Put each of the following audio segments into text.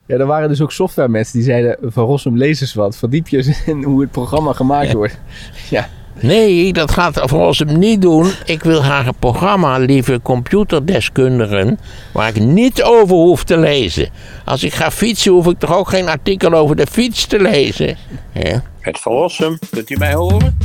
Ja, er waren dus ook softwaremensen die zeiden... Van Rossum, lees eens wat. Verdiep je eens in hoe het programma gemaakt wordt. Ja. Nee, dat gaat volgens hem niet doen. Ik wil graag een programma, lieve computerdeskundigen, waar ik niet over hoef te lezen. Als ik ga fietsen, hoef ik toch ook geen artikel over de fiets te lezen. Ja. Het Van Rossum, kunt u mij horen?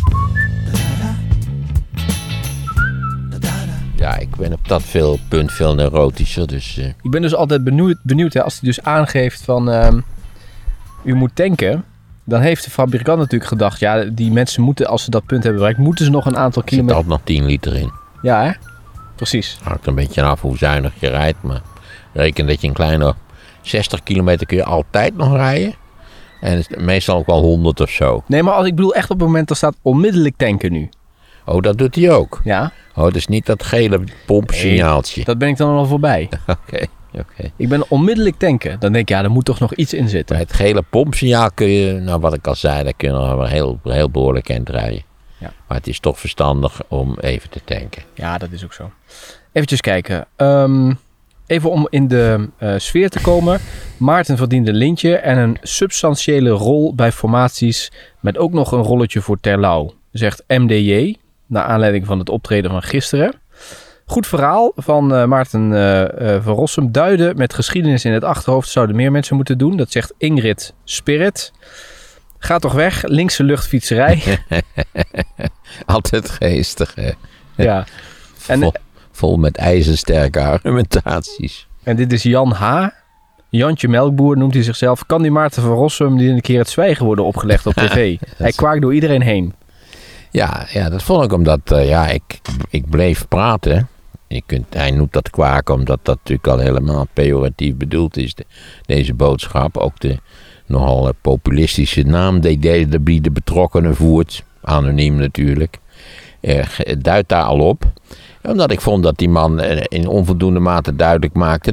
Ja, ik ben op dat punt veel neurotischer, dus... Ik ben dus altijd benieuwd hè, als hij dus aangeeft van... u moet tanken... Dan heeft de fabrikant natuurlijk gedacht... Ja, die mensen moeten, als ze dat punt hebben bereikt... moeten ze nog een aantal kilometer... Er zit altijd nog 10 liter in. Ja, hè? Precies. Hangt een beetje af hoe zuinig je rijdt. Maar reken dat je een kleine 60 kilometer kun je altijd nog rijden. En meestal ook wel 100 of zo. Nee, maar als ik bedoel echt op het moment... dat staat onmiddellijk tanken nu. Oh, dat doet hij ook? Ja. Oh, dat is niet dat gele pompsignaaltje. Nee, dat ben ik dan al voorbij. Oké. Ik ben onmiddellijk tanken. Dan denk ik, ja, er moet toch nog iets in zitten. Bij het gele pompsignaal kun je, nou wat ik al zei, daar kun je nog wel heel behoorlijk eind rijden. Ja. Maar het is toch verstandig om even te tanken. Ja, dat is ook zo. Eventjes kijken. Even om in de sfeer te komen. Maarten verdiende lintje en een substantiële rol bij formaties met ook nog een rolletje voor Terlouw, zegt MDJ, naar aanleiding van het optreden van gisteren. Goed verhaal van Maarten van Rossum. Duiden met geschiedenis in het achterhoofd zouden meer mensen moeten doen. Dat zegt Ingrid Spirit. Ga toch weg, linkse luchtfietserij. Altijd geestig, hè? Ja. Vol met ijzersterke argumentaties. En dit is Jan H. Jantje Melkboer noemt hij zichzelf. Kan die Maarten van Rossum die een keer het zwijgen worden opgelegd op tv? Hij kwaakt door iedereen heen. Ja, dat vond ik omdat ik bleef praten. Hij noemt dat kwaken omdat dat natuurlijk al helemaal pejoratief bedoeld is. Deze boodschap. Ook de nogal populistische naam die de betrokkenen voert. Anoniem natuurlijk. Duidt daar al op. Omdat ik vond dat die man in onvoldoende mate duidelijk maakte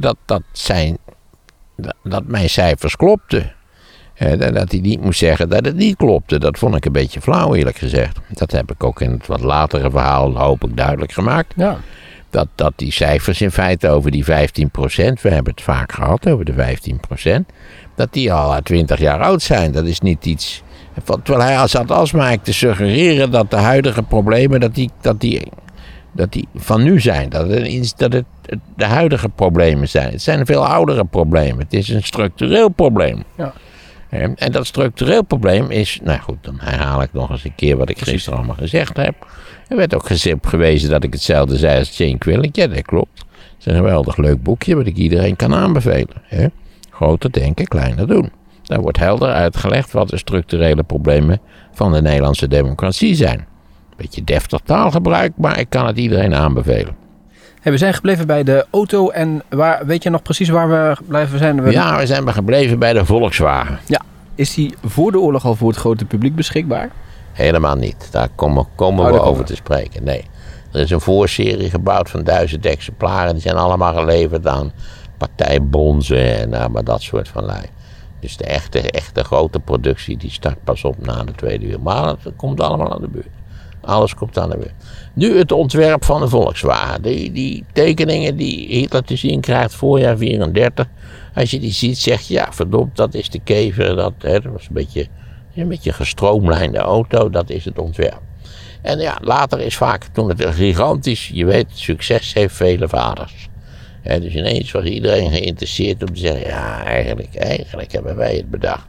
dat mijn cijfers klopten. Dat hij niet moest zeggen dat het niet klopte. Dat vond ik een beetje flauw, eerlijk gezegd. Dat heb ik ook in het wat latere verhaal hopelijk duidelijk gemaakt. Ja. Dat die cijfers in feite over die 15%, we hebben het vaak gehad over de 15%, dat die al 20 jaar oud zijn. Dat is niet iets... Terwijl hij zat alsmaar te suggereren dat de huidige problemen, dat die van nu zijn. Dat het de huidige problemen zijn. Het zijn veel oudere problemen. Het is een structureel probleem. Ja. En dat structureel probleem is... Nou goed, dan herhaal ik nog eens een keer wat ik gisteren allemaal gezegd heb. Er werd ook gewezen dat ik hetzelfde zei als Jane Quillick. Ja, dat klopt. Het is een geweldig leuk boekje wat ik iedereen kan aanbevelen. Groter denken, kleiner doen. Daar wordt helder uitgelegd wat de structurele problemen van de Nederlandse democratie zijn. Beetje deftig taalgebruik, maar ik kan het iedereen aanbevelen. We zijn gebleven bij de auto en weet je nog precies waar we blijven zijn? Ja, we zijn gebleven bij de Volkswagen. Ja, is die voor de oorlog al voor het grote publiek beschikbaar? Helemaal niet, daar komen we over te spreken, nee. Er is een voorserie gebouwd van 1000 exemplaren, die zijn allemaal geleverd aan partijbonzen en maar dat soort van lui. Dus de echte grote productie die start pas op na de Tweede Wereldoorlog. Maar het komt allemaal aan de beurt. Alles komt aan de beurt. Nu het ontwerp van de Volkswagen. Die tekeningen die Hitler te zien krijgt voorjaar 34. Als je die ziet zeg je, ja verdomd, dat is de kever. Dat was een beetje gestroomlijnde auto. Dat is het ontwerp. En ja, later is vaak, toen het gigantisch, je weet, succes heeft vele vaders. Dus ineens was iedereen geïnteresseerd om te zeggen, ja, eigenlijk hebben wij het bedacht.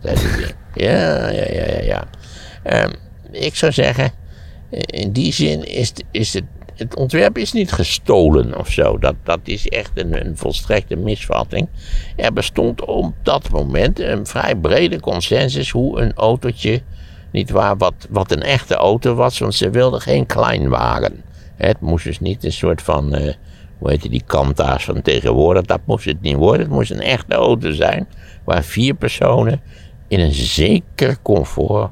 Ja. Ik zou zeggen, in die zin is het ontwerp is niet gestolen of zo. Dat is echt een volstrekte misvatting. Er bestond op dat moment een vrij brede consensus hoe een autootje, nietwaar, wat een echte auto was, want ze wilden geen kleinwagen. Het moest dus niet een soort van, hoe heet die Kanta's van tegenwoordig, dat moest het niet worden. Het moest een echte auto zijn, waar 4 personen in een zeker comfort,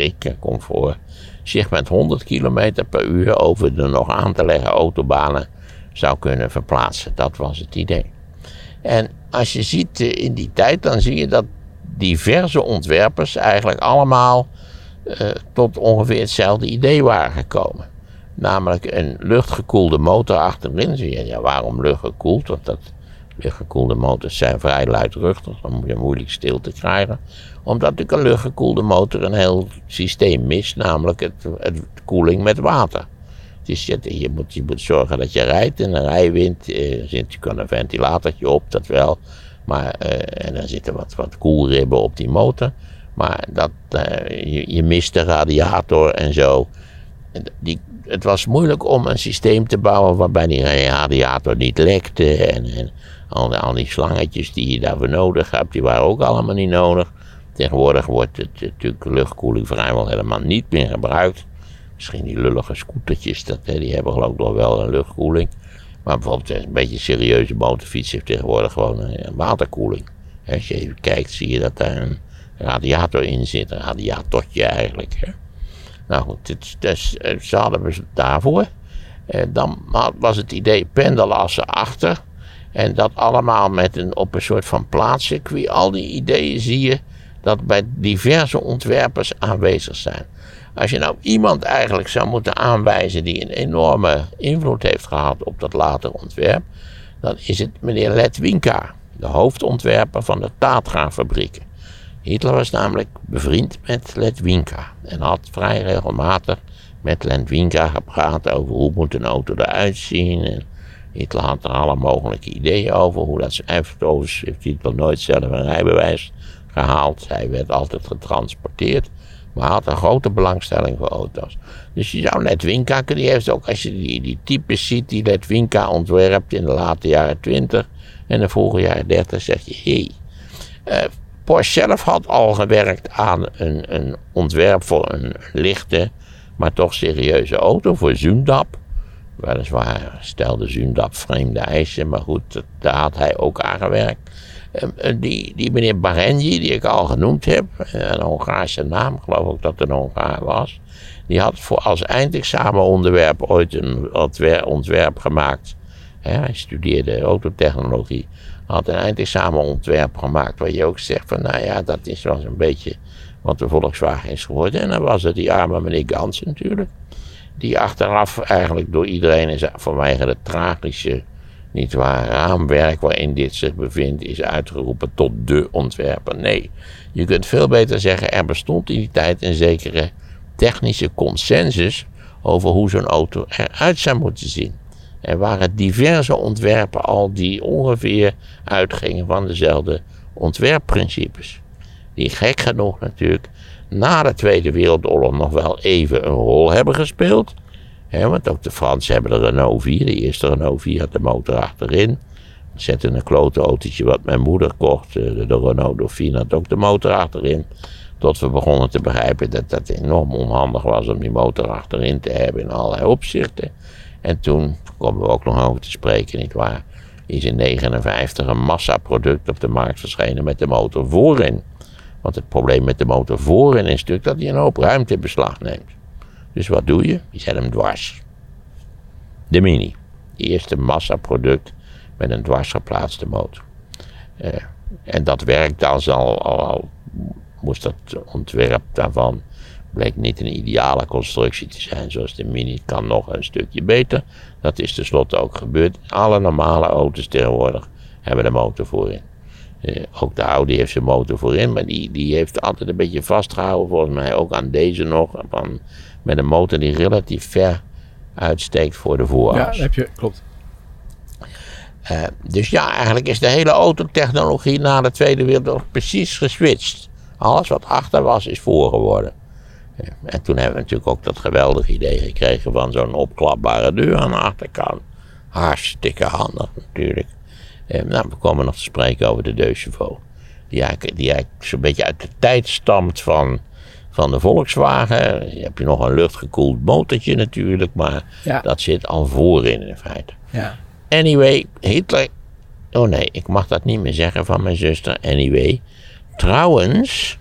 zich met 100 km per uur over de nog aan te leggen autobanen zou kunnen verplaatsen. Dat was het idee. En als je ziet in die tijd, dan zie je dat diverse ontwerpers eigenlijk allemaal tot ongeveer hetzelfde idee waren gekomen. Namelijk een luchtgekoelde motor achterin. Zie je, ja, waarom luchtgekoeld? Want Luchtgekoelde motors zijn vrij luidruchtig, dan moet je moeilijk stil te krijgen. Omdat natuurlijk een luchtgekoelde motor een heel systeem mist, namelijk het koeling met water. Dus je moet zorgen dat je rijdt in een rijwind, zit een ventilatortje op, dat wel. Maar, en dan zitten wat koelribben op die motor. Maar je mist de radiator en zo. Het was moeilijk om een systeem te bouwen waarbij die radiator niet lekte. En al die slangetjes die je daarvoor nodig hebt, die waren ook allemaal niet nodig. Tegenwoordig wordt natuurlijk luchtkoeling vrijwel helemaal niet meer gebruikt. Misschien die lullige scootertjes, die hebben geloof ik nog wel een luchtkoeling. Maar bijvoorbeeld een beetje serieuze motorfiets heeft tegenwoordig gewoon een waterkoeling. Als je even kijkt zie je dat daar een radiator in zit, een radiatortje eigenlijk. Hè. Nou goed, ze hadden we daarvoor. Dan was het idee pendelassen achter. En dat allemaal op een soort van plaatscircuit. Al die ideeën zie je dat bij diverse ontwerpers aanwezig zijn. Als je nou iemand eigenlijk zou moeten aanwijzen die een enorme invloed heeft gehad op dat latere ontwerp, dan is het meneer Letwinka, de hoofdontwerper van de Tatra-fabrieken. Hitler was namelijk bevriend met Letwinka en had vrij regelmatig met Letwinka gepraat over hoe moet een auto eruit zien. En Hitler had er alle mogelijke ideeën over hoe dat heeft Hitler nooit zelf een rijbewijs gehaald. Hij werd altijd getransporteerd. Maar hij had een grote belangstelling voor auto's. Dus je zou Letwinka, die heeft ook, als je die types ziet die Letwinka ontwerpt in de late jaren 20 en de vroege jaren 30, zeg je, Porsche zelf had al gewerkt aan een ontwerp voor een lichte, maar toch serieuze auto, voor Zundap. Weliswaar stelde Zundap vreemde eisen, maar goed, daar had hij ook aan gewerkt. Die meneer Barenyi, die ik al genoemd heb, een Hongaarse naam, geloof ik dat het een Hongaar was, die had als eindexamenonderwerp ooit een ontwerp gemaakt. Hij studeerde autotechnologie, had een eindexamenontwerp gemaakt waar je ook zegt van nou ja, dat is wel een beetje wat de Volkswagen is geworden. En dan was het die arme meneer Gans natuurlijk, die achteraf eigenlijk door iedereen is vanwege het tragische raamwerk waarin dit zich bevindt is uitgeroepen tot de ontwerper. Nee, je kunt veel beter zeggen, er bestond in die tijd een zekere technische consensus over hoe zo'n auto eruit zou moeten zien. Er waren diverse ontwerpen al die ongeveer uitgingen van dezelfde ontwerpprincipes. Die gek genoeg natuurlijk na de Tweede Wereldoorlog nog wel even een rol hebben gespeeld. Want ook de Fransen hebben de Renault 4, de eerste Renault 4 had de motor achterin. Zette een klote autootje wat mijn moeder kocht, de Renault Dauphine had ook de motor achterin. Tot we begonnen te begrijpen dat dat enorm onhandig was om die motor achterin te hebben in allerlei opzichten. En toen komen we ook nog over te spreken, nietwaar, is in 1959 een massaproduct op de markt verschenen met de motor voorin. Want het probleem met de motor voorin is natuurlijk dat hij een hoop ruimte in beslag neemt. Dus wat doe je? Je zet hem dwars. De Mini. Het eerste massaproduct met een dwars geplaatste motor. En dat werkt al moest dat ontwerp daarvan bleek niet een ideale constructie te zijn zoals de Mini, kan nog een stukje beter. Dat is tenslotte ook gebeurd. Alle normale auto's tegenwoordig hebben de motor voorin. Ook de Audi heeft zijn motor voorin, maar die heeft altijd een beetje vastgehouden, volgens mij ook aan deze nog, met een motor die relatief ver uitsteekt voor de vooras. Ja, dat heb je, klopt. Dus ja, eigenlijk is de hele autotechnologie na de Tweede Wereldoorlog precies geswitcht. Alles wat achter was, is voor geworden. En toen hebben we natuurlijk ook dat geweldige idee gekregen van zo'n opklapbare deur aan de achterkant. Hartstikke handig natuurlijk. We komen nog te spreken over de Deux Chevaux. Die eigenlijk zo'n beetje uit de tijd stamt van de Volkswagen. Je hebt nog een luchtgekoeld motortje natuurlijk, maar dat zit al voorin in feite. Ja. Anyway, Hitler... Oh nee, ik mag dat niet meer zeggen van mijn zuster. Anyway, trouwens...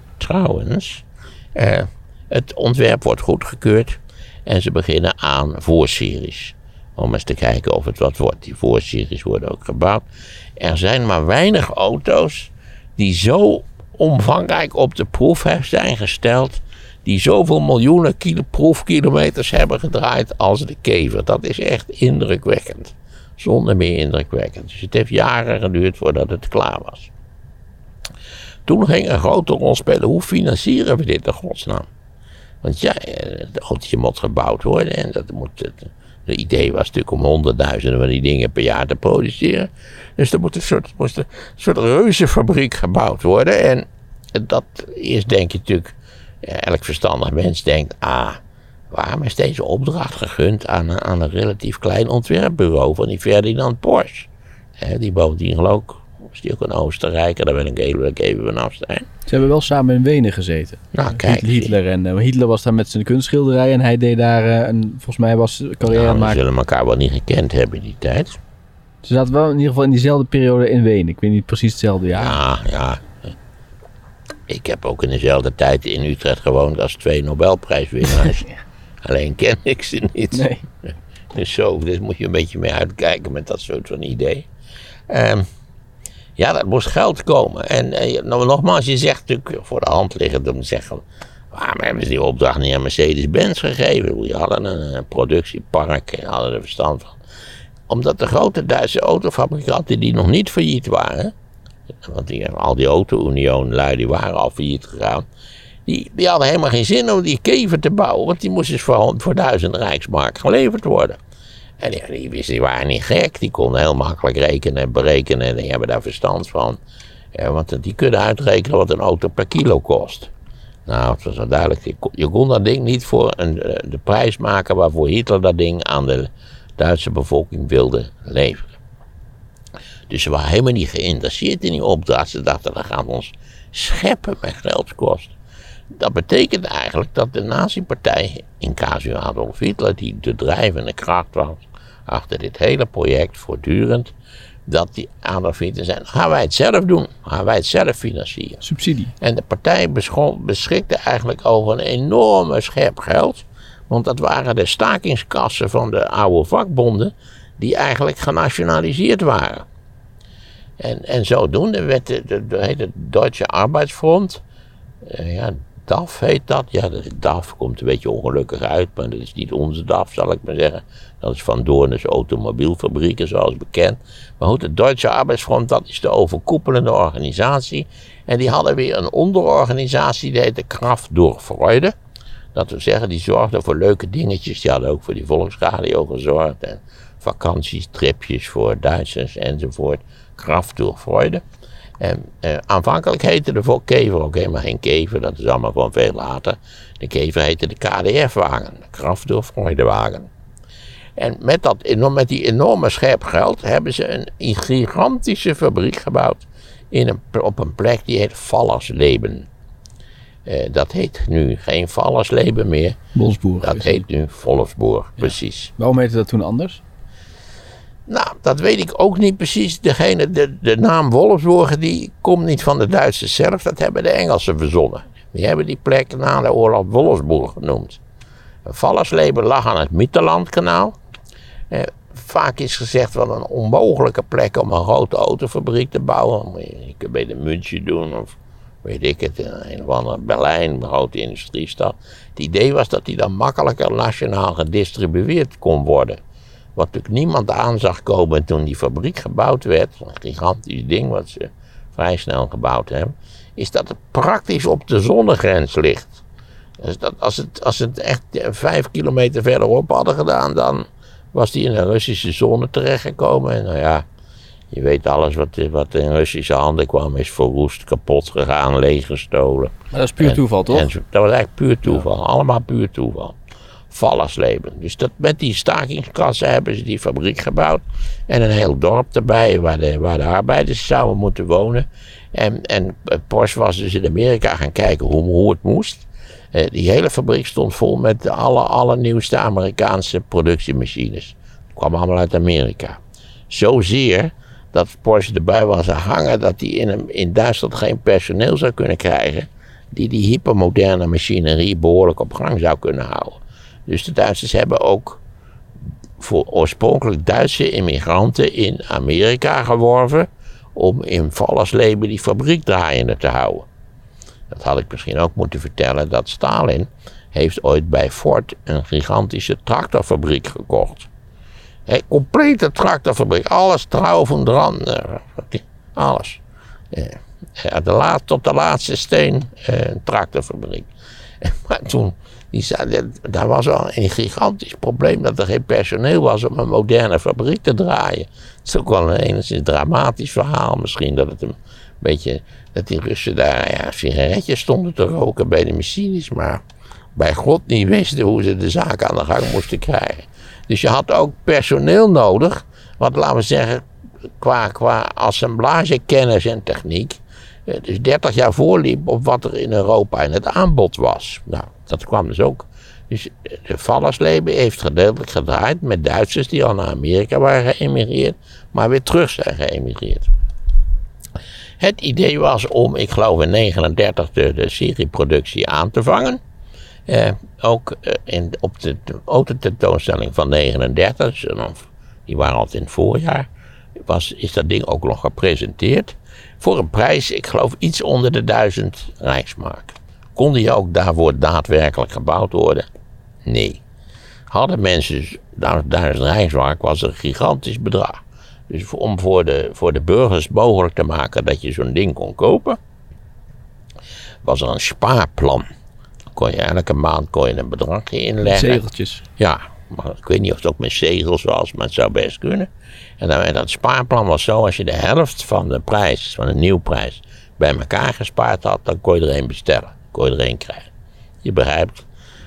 het ontwerp wordt goedgekeurd en ze beginnen aan voorseries. Om eens te kijken of het wat wordt. Die voorseries worden ook gebouwd. Er zijn maar weinig auto's die zo omvangrijk op de proef zijn gesteld, die zoveel miljoenen proefkilometers hebben gedraaid als de Kever. Dat is echt indrukwekkend. zonder meer indrukwekkend. Dus het heeft jaren geduurd voordat het klaar was. Toen ging een grote rol spelen, hoe financieren we dit in godsnaam? Want ja, het autootje moet gebouwd worden en de idee was natuurlijk om honderdduizenden van die dingen per jaar te produceren. Dus er moest een soort reuzenfabriek gebouwd worden. En dat eerst denk je natuurlijk, elk verstandig mens denkt, waarom is deze opdracht gegund aan een relatief klein ontwerpbureau van die Ferdinand Porsche? Die bovendien geloof ik, was die ook een Oostenrijker, daar wil ik even vanaf zijn. Ze hebben wel samen in Wenen gezeten. Nou, kijk. Hitler was daar met zijn kunstschilderij en hij deed daar, volgens mij was carrière maken. Ze zullen elkaar wel niet gekend hebben in die tijd. Ze zaten wel in ieder geval in diezelfde periode in Wenen. Ik weet niet precies hetzelfde jaar. Ja. Ik heb ook in dezelfde tijd in Utrecht gewoond als 2 Nobelprijswinnaars. Ja. Alleen ken ik ze niet. Nee. Dus moet je een beetje mee uitkijken met dat soort van idee. Ja, dat moest geld komen. En nogmaals, je zegt natuurlijk voor de hand liggend om te zeggen, waarom hebben ze die opdracht niet aan Mercedes-Benz gegeven? Die hadden een productiepark en hadden er verstand van. Omdat de grote Duitse autofabrikanten die nog niet failliet waren, want al die auto-Union-lui die waren al failliet gegaan, die hadden helemaal geen zin om die kever te bouwen, want die moest dus voor 1000 Rijksmark geleverd worden. En die waren niet gek, die konden heel makkelijk rekenen en berekenen en die hebben daar verstand van. Want die kunnen uitrekenen wat een auto per kilo kost. Nou, het was wel duidelijk, je kon dat ding niet voor de prijs maken waarvoor Hitler dat ding aan de Duitse bevolking wilde leveren. Dus ze waren helemaal niet geïnteresseerd in die opdracht. Ze dachten, dat gaat ons scheppen met geldskosten. Dat betekent eigenlijk dat de nazi-partij, in casu Adolf Hitler, die de drijvende kracht was achter dit hele project voortdurend, dat die Adolf Hitler zei, gaan wij het zelf doen, gaan wij het zelf financieren. Subsidie. En de partij beschikte eigenlijk over een enorme schep geld, want dat waren de stakingskassen van de oude vakbonden die eigenlijk genationaliseerd waren. En zodoende werd de Duitse Arbeidsfront, DAF heet dat. Ja, DAF komt een beetje ongelukkig uit, maar dat is niet onze DAF, zal ik maar zeggen. Dat is Van Doorn's automobielfabrieken, zoals bekend. Maar goed, de Duitse Arbeidsfront, dat is de overkoepelende organisatie. En die hadden weer een onderorganisatie, die heette Kraft durch Freude. Dat wil zeggen, die zorgden voor leuke dingetjes. Die hadden ook voor die Volksradio gezorgd. En vakanties, tripjes voor Duitsers enzovoort. Kraft durch Freude. En aanvankelijk heette de kever ook helemaal geen kever, dat is allemaal van veel later. De kever heette de KDF-wagen, de Kraft durch Freude-wagen. En met die enorme scherp geld hebben ze een gigantische fabriek gebouwd op een plek die heet Fallersleben. Dat heet nu geen Fallersleben meer. Wolfsburg. Dat heet nu Wolfsburg, precies. Waarom heette dat toen anders? Nou, dat weet ik ook niet precies. De naam Wolfsburg, die komt niet van de Duitsers zelf. Dat hebben de Engelsen verzonnen. Die hebben die plek na de oorlog Wolfsburg genoemd. Fallersleben lag aan het Mittellandkanaal. Vaak is gezegd van een onmogelijke plek om een grote autofabriek te bouwen. Je kunt bij de München doen of weet ik het, een of andere Berlijn, een grote industriestad. Het idee was dat die dan makkelijker nationaal gedistribueerd kon worden. Wat natuurlijk niemand aan zag komen toen die fabriek gebouwd werd, een gigantisch ding wat ze vrij snel gebouwd hebben, is dat het praktisch op de zonnegrens ligt. Dus dat als het echt 5 kilometer verderop hadden gedaan, dan was die in de Russische zone terechtgekomen. En nou ja, je weet alles wat in Russische handen kwam is verwoest, kapot gegaan, leeggestolen. Maar dat is puur toeval, toch? Dat was eigenlijk puur toeval, allemaal puur toeval. Fallersleben. Dus met die stakingskassen hebben ze die fabriek gebouwd. En een heel dorp erbij waar de arbeiders zouden moeten wonen. En Porsche was dus in Amerika gaan kijken hoe het moest. Die hele fabriek stond vol met de allernieuwste Amerikaanse productiemachines. Dat kwam allemaal uit Amerika. Zozeer dat Porsche erbij was gaan hangen dat hij in Duitsland geen personeel zou kunnen krijgen die hypermoderne machinerie behoorlijk op gang zou kunnen houden. Dus de Duitsers hebben ook voor oorspronkelijk Duitse immigranten in Amerika geworven om in Fallersleben die fabriek draaiende te houden. Dat had ik misschien ook moeten vertellen, dat Stalin heeft ooit bij Ford een gigantische tractorfabriek gekocht. Complete tractorfabriek. Alles trouwen dran. Alles. Tot de laatste steen een tractorfabriek. Maar toen, daar was al een gigantisch probleem dat er geen personeel was om een moderne fabriek te draaien. Het is ook wel een enigszins dramatisch verhaal misschien, dat het een beetje, dat die Russen daar sigaretjes stonden te roken bij de machines, maar bij God niet wisten hoe ze de zaak aan de gang moesten krijgen. Dus je had ook personeel nodig, wat laten we zeggen, qua assemblagekennis en techniek, dus 30 jaar voorliep op wat er in Europa in het aanbod was. Nou, dat kwam dus ook. Dus de Fallersleben heeft gedeeltelijk gedraaid met Duitsers die al naar Amerika waren geëmigreerd, maar weer terug zijn geëmigreerd. Het idee was om, ik geloof in 1939, de serieproductie aan te vangen. Op de autotentoonstelling van 1939, die waren altijd in het voorjaar, is dat ding ook nog gepresenteerd. Voor een prijs, ik geloof iets onder de 1000 Rijksmark. Kon die ook daarvoor daadwerkelijk gebouwd worden? Nee. Hadden mensen 1000 Rijksmark, was een gigantisch bedrag. Dus om voor de burgers mogelijk te maken dat je zo'n ding kon kopen, was er een spaarplan. Kon je elke maand een bedragje inleggen. Zegeltjes. Ja, maar ik weet niet of het ook met zegels was, maar het zou best kunnen. En dat spaarplan was zo, als je de helft van de prijs, van de nieuwprijs, bij elkaar gespaard had, dan kon je er een bestellen. Kon je er een krijgen. Je begrijpt,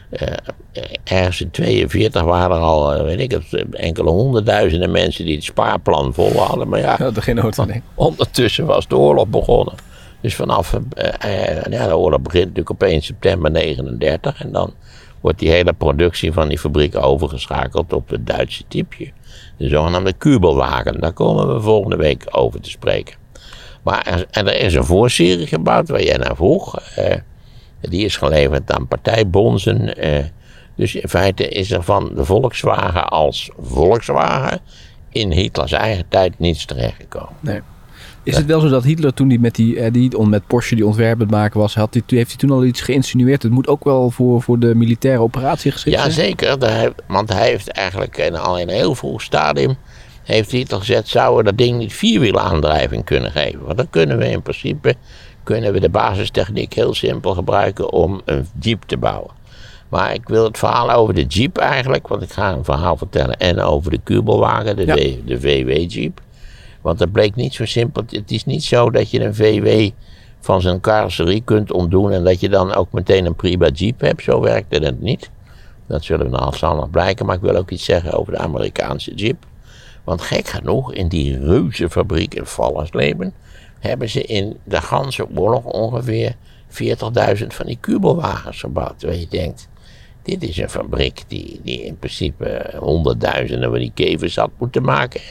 ergens in 1942 waren er al, enkele honderdduizenden mensen die het spaarplan vol hadden. Maar ja, ondertussen was de oorlog begonnen. Dus vanaf, de oorlog begint natuurlijk op 1 september 1939 en dan wordt die hele productie van die fabriek overgeschakeld op het Duitse typeje. De zogenaamde Kübelwagen. Daar komen we volgende week over te spreken. Maar er is een voorserie gebouwd waar jij naar vroeg. Die is geleverd aan partijbonzen. Dus in feite is er van de Volkswagen als Volkswagen in Hitlers eigen tijd niets terechtgekomen. Nee. Is het wel zo dat Hitler toen die met Porsche die ontwerp aan het maken was, heeft hij toen al iets geïnsinueerd? Het moet ook wel voor de militaire operatie geschikt zijn? Ja, zeker. Want hij heeft eigenlijk al in een heel vroeg stadium heeft Hitler gezegd, zouden we dat ding niet vierwielaandrijving kunnen geven? Want dan kunnen we in principe de basistechniek heel simpel gebruiken om een jeep te bouwen. Maar ik wil het verhaal over de jeep eigenlijk, want ik ga een verhaal vertellen, en over de Kübelwagen, de VW-jeep. Want dat bleek niet zo simpel. Het is niet zo dat je een VW van zijn carrosserie kunt ontdoen en dat je dan ook meteen een prima jeep hebt. Zo werkte het niet. Dat zullen we nog blijken. Maar ik wil ook iets zeggen over de Amerikaanse jeep. Want gek genoeg, in die reuzenfabriek in Fallersleben hebben ze in de ganse oorlog ongeveer 40.000 van die Kübelwagens gebouwd. Terwijl je denkt, dit is een fabriek die in principe honderdduizenden van die kevers had moeten maken.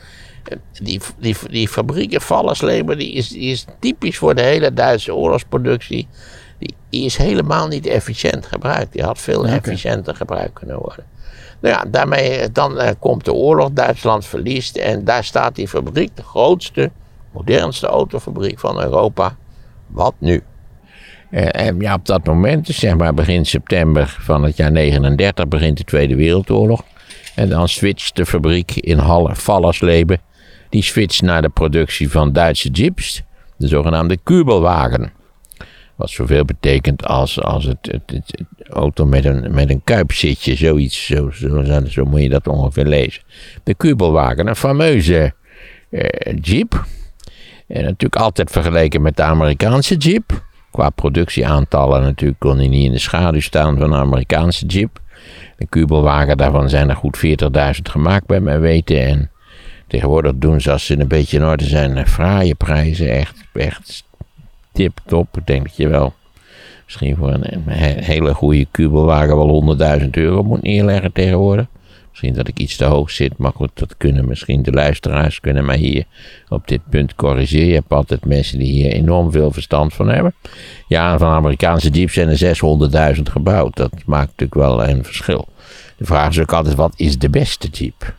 Die fabriek in Fallersleben die is typisch voor de hele Duitse oorlogsproductie. Die is helemaal niet efficiënt gebruikt. Die had veel efficiënter gebruikt kunnen worden. Nou ja, daarmee dan komt de oorlog, Duitsland verliest en daar staat die fabriek, de grootste, modernste autofabriek van Europa. Wat nu? En op dat moment, zeg maar begin september van het jaar 1939, begint de Tweede Wereldoorlog. En dan switcht de fabriek in Fallersleben. Die switcht naar de productie van Duitse jeeps, de zogenaamde Kübelwagen. Wat zoveel betekent als het auto met een kuipzitje, zoiets, zo moet je dat ongeveer lezen. De Kübelwagen, een fameuze jeep. En natuurlijk altijd vergeleken met de Amerikaanse jeep. Qua productieaantallen natuurlijk kon hij niet in de schaduw staan van de Amerikaanse jeep. De Kübelwagen, daarvan zijn er goed 40.000 gemaakt bij mijn weten. En tegenwoordig doen ze, als ze een beetje in orde zijn, fraaie prijzen. Echt tip-top. Ik denk dat je wel misschien voor een hele goede Kübelwagen wel €100.000 moet neerleggen tegenwoordig. Misschien dat ik iets te hoog zit, maar goed, dat kunnen misschien de luisteraars kunnen mij hier op dit punt corrigeren. Je hebt altijd mensen die hier enorm veel verstand van hebben. Ja, van Amerikaanse jeeps zijn er 600.000 gebouwd. Dat maakt natuurlijk wel een verschil. De vraag is ook altijd, wat is de beste jeep?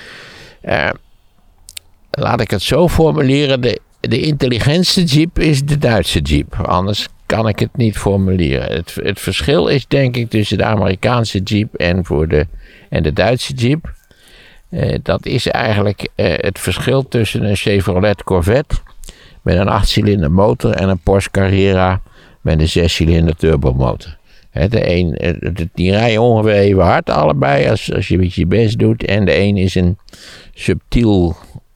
Laat ik het zo formuleren, de intelligentste jeep is de Duitse jeep. Anders kan ik het niet formuleren. Het verschil is denk ik tussen de Amerikaanse jeep en de Duitse jeep. Dat is eigenlijk het verschil tussen een Chevrolet Corvette met een 8-cilinder motor en een Porsche Carrera met een 6-cilinder turbomotor. Die rijden ongeveer even hard allebei als je een beetje je best doet. En de een is een subtiel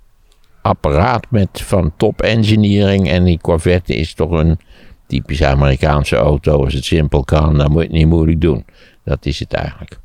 apparaat van top engineering. En die Corvette is toch een typische Amerikaanse auto. Als het simpel kan, dan moet je het niet moeilijk doen. Dat is het eigenlijk.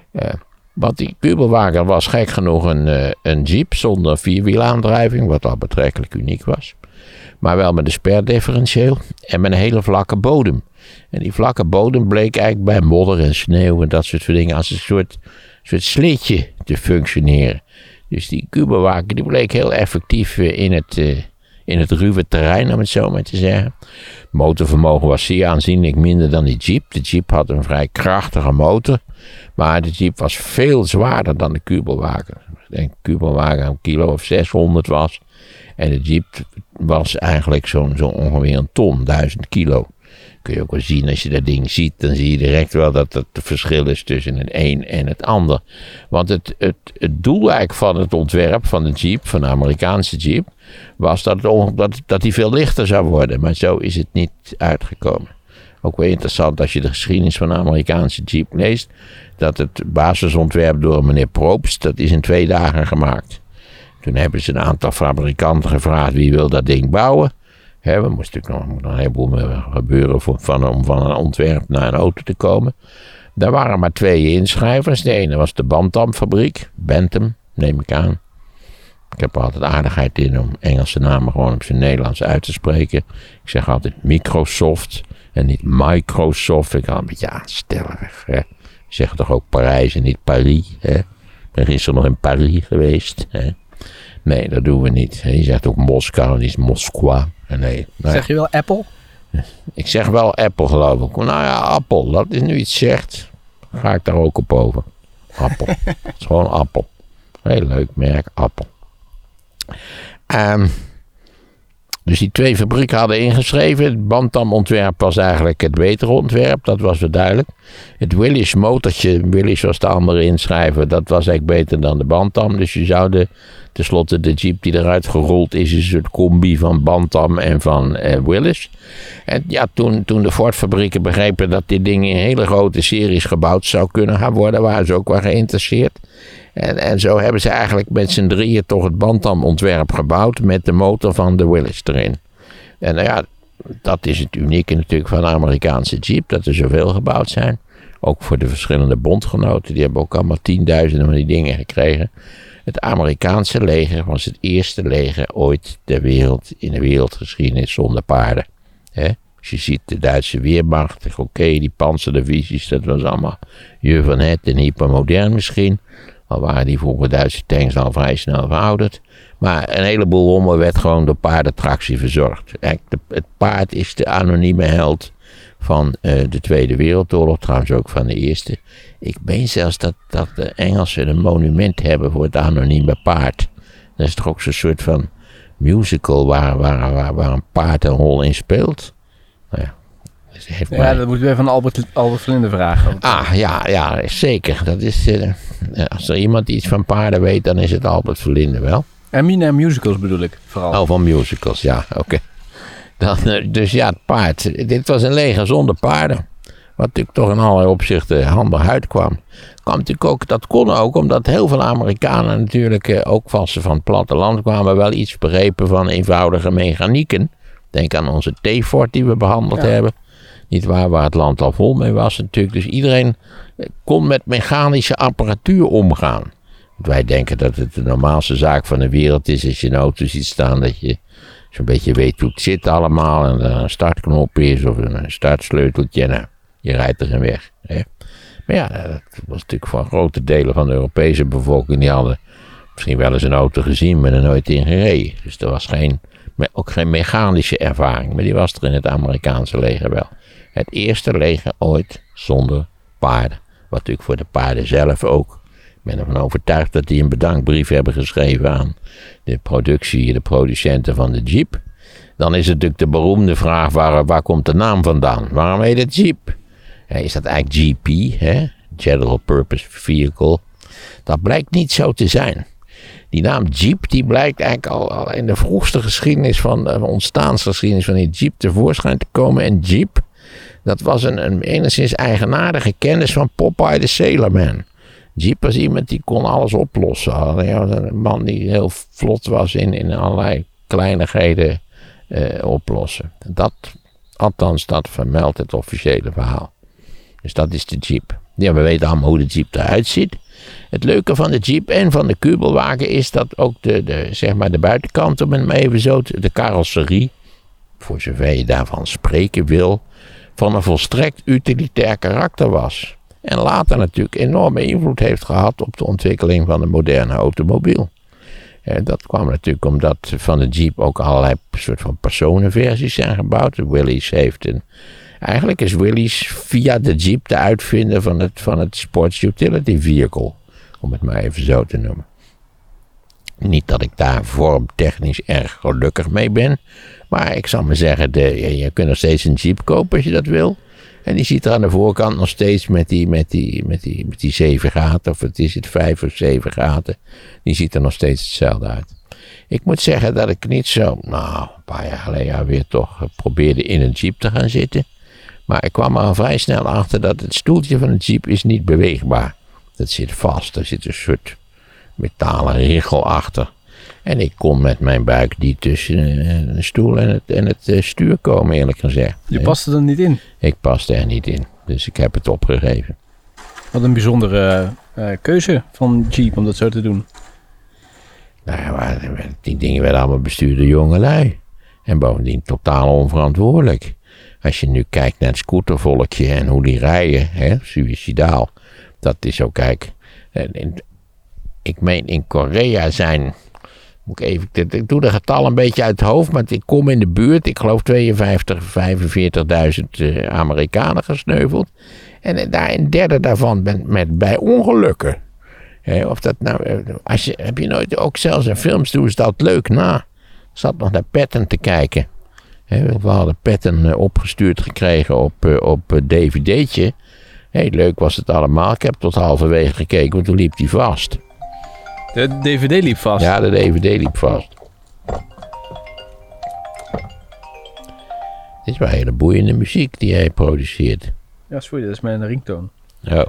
Want die Kübelwagen was gek genoeg een Jeep zonder vierwielaandrijving. Wat al betrekkelijk uniek was. Maar wel met een sperdifferentieel en met een hele vlakke bodem. En die vlakke bodem bleek eigenlijk bij modder en sneeuw en dat soort dingen als een soort slitje te functioneren. Dus die Kübelwagen die bleek heel effectief in het ruwe terrein, om het zo maar te zeggen. Het motorvermogen was zeer aanzienlijk minder dan die Jeep. De Jeep had een vrij krachtige motor, maar de Jeep was veel zwaarder dan de Kübelwagen. Ik denk dat de Kübelwagen een kilo of 600 was. En de Jeep was eigenlijk zo'n ongeveer een ton, 1000 kilo. Kun je ook wel zien, als je dat ding ziet, dan zie je direct wel dat het verschil is tussen het een en het ander. Want het doel eigenlijk van het ontwerp van de Jeep, van de Amerikaanse Jeep, was dat die veel lichter zou worden. Maar zo is het niet uitgekomen. Ook wel interessant als je de geschiedenis van de Amerikaanse Jeep leest, dat het basisontwerp door meneer Probst, dat is in 2 dagen gemaakt. Toen hebben ze een aantal fabrikanten gevraagd wie wil dat ding bouwen. We moesten natuurlijk nog een heleboel gebeuren om van een ontwerp naar een auto te komen. Daar waren maar 2 inschrijvers. De ene was de Bantam-fabriek. Bantam, neem ik aan. Ik heb er altijd aardigheid in om Engelse namen gewoon op zijn Nederlands uit te spreken. Ik zeg altijd Microsoft en niet Microsoft. Ik ga een beetje aanstellerig. Hè. Je zegt toch ook Parijs en niet Paris. Hè. Ik ben gisteren nog in Paris geweest. Hè. Nee, dat doen we niet. Je zegt ook Moskou, niet Moskwa. Nee. Zeg je wel Apple? Ik zeg wel Apple, geloof ik. Nou ja, Apple, dat is nu iets zegt. Ga ik daar ook op over. Apple. Het is gewoon Apple. Heel leuk merk, Apple. Dus die 2 fabrieken hadden ingeschreven. Het Bantam-ontwerp was eigenlijk het betere ontwerp. Dat was wel duidelijk. Het Willys motortje, Willys was de andere inschrijver. Dat was eigenlijk beter dan de Bantam. Dus je zou tenslotte de Jeep die eruit gerold is een soort combi van Bantam en van Willys. En ja, toen de Ford-fabrieken begrepen dat dit ding in hele grote series gebouwd zou kunnen gaan worden, waren ze ook wel geïnteresseerd. En zo hebben ze eigenlijk met z'n drieën toch het Bantam-ontwerp gebouwd met de motor van de Willys erin. En nou ja, dat is het unieke natuurlijk van de Amerikaanse Jeep, dat er zoveel gebouwd zijn. Ook voor de verschillende bondgenoten, die hebben ook allemaal 10.000 van die dingen gekregen. Het Amerikaanse leger was het eerste leger ooit ter wereld, in de wereldgeschiedenis zonder paarden. Als je ziet de Duitse Weermacht, die panzerdivisies, dat was allemaal je van het en hypermodern misschien. Al waren die vroeger Duitse tanks al vrij snel verouderd. Maar een heleboel rommel werd gewoon door paardentractie verzorgd. Het paard is de anonieme held van de Tweede Wereldoorlog, trouwens ook van de Eerste. Ik meen zelfs dat de Engelsen een monument hebben voor het anonieme paard. Dat is toch ook zo'n soort van musical waar een paard een rol in speelt. Nou ja. Dat moeten we even aan Albert Vlinde vragen. Ja, zeker. Dat is, als er iemand iets van paarden weet, dan is het Albert Vlinde wel. En Mina musicals bedoel ik vooral. Oh, van musicals, ja, oké. Dus ja, het paard. Dit was een leger zonder paarden. Wat natuurlijk toch in allerlei opzichten handig uitkwam. Dat kon ook omdat heel veel Amerikanen natuurlijk, ook als ze van het platteland kwamen, wel iets begrepen van eenvoudige mechanieken. Denk aan onze T-Ford die we behandeld hebben. Niet waar het land al vol mee was natuurlijk. Dus iedereen kon met mechanische apparatuur omgaan. Want wij denken dat het de normaalste zaak van de wereld is als je een auto ziet staan, dat je zo'n beetje weet hoe het zit allemaal. En er een startknop is of een startsleuteltje. Nou, je rijdt er weg. Hè. Maar ja, dat was natuurlijk voor grote delen van de Europese bevolking. Die hadden misschien wel eens een auto gezien, maar er nooit in gereden. Dus er was ook geen mechanische ervaring. Maar die was er in het Amerikaanse leger wel. Het eerste leger ooit zonder paarden. Wat natuurlijk voor de paarden zelf ook. Ik ben ervan overtuigd dat die een bedankbrief hebben geschreven aan de producenten van de Jeep. Dan is het natuurlijk de beroemde vraag, waar komt de naam vandaan? Waarom heet het Jeep? Is dat eigenlijk GP, hè? General Purpose Vehicle? Dat blijkt niet zo te zijn. Die naam Jeep die blijkt eigenlijk al in de vroegste geschiedenis van de ontstaansgeschiedenis van die Jeep tevoorschijn te komen. En Jeep, dat was een enigszins eigenaardige kennis van Popeye de Sailor Man. Jeep was iemand die kon alles oplossen. Hij was een man die heel vlot was in allerlei kleinigheden oplossen. Dat vermeldt het officiële verhaal. Dus dat is de Jeep. Ja, we weten allemaal hoe de Jeep eruit ziet. Het leuke van de Jeep en van de kuubelwagen is dat ook de buitenkant, om het maar even zo, de carrosserie, voor zover je daarvan spreken wil, van een volstrekt utilitair karakter was. En later natuurlijk enorme invloed heeft gehad op de ontwikkeling van de moderne automobiel. Dat kwam natuurlijk omdat van de Jeep ook allerlei soort van personenversies zijn gebouwd. Willys eigenlijk is Willys via de Jeep de uitvinder van het Sports Utility Vehicle. Om het maar even zo te noemen. Niet dat ik daar vormtechnisch erg gelukkig mee ben. Maar ik zal maar zeggen, je kunt nog steeds een Jeep kopen als je dat wil. En die ziet er aan de voorkant nog steeds met die 7 gaten. Of het is het 5 of 7 gaten. Die ziet er nog steeds hetzelfde uit. Ik moet zeggen dat ik niet zo, een paar jaar geleden weer toch probeerde in een Jeep te gaan zitten. Maar ik kwam er al vrij snel achter dat het stoeltje van een Jeep is niet beweegbaar. Dat zit vast. Er zit een soort metalen richel achter. En ik kon met mijn buik niet tussen de stoel en het stuur komen, eerlijk gezegd. Je paste er niet in? Ik paste er niet in. Dus ik heb het opgegeven. Wat een bijzondere keuze van Jeep om dat zo te doen. Nou ja, die dingen werden allemaal bestuurd door jongelui. En bovendien totaal onverantwoordelijk. Als je nu kijkt naar het scootervolkje en hoe die rijden, suïcidaal. Dat is ook, kijk. Ik meen in Korea zijn. Ik doe de getal een beetje uit het hoofd, maar ik kom in de buurt. Ik geloof 45.000 Amerikanen gesneuveld. En daar een derde daarvan bij ongelukken. Of dat nou, heb je nooit ook zelfs in films doen ze dat leuk na. Ik zat nog naar Patton te kijken. We hadden Patton opgestuurd gekregen op dvd'tje. Leuk was het allemaal. Ik heb tot halverwege gekeken, want toen liep hij vast. De DVD liep vast? Ja, de DVD liep vast. Dit is wel hele boeiende muziek die hij produceert. Ja, sorry, dat is mijn ringtoon. Oh.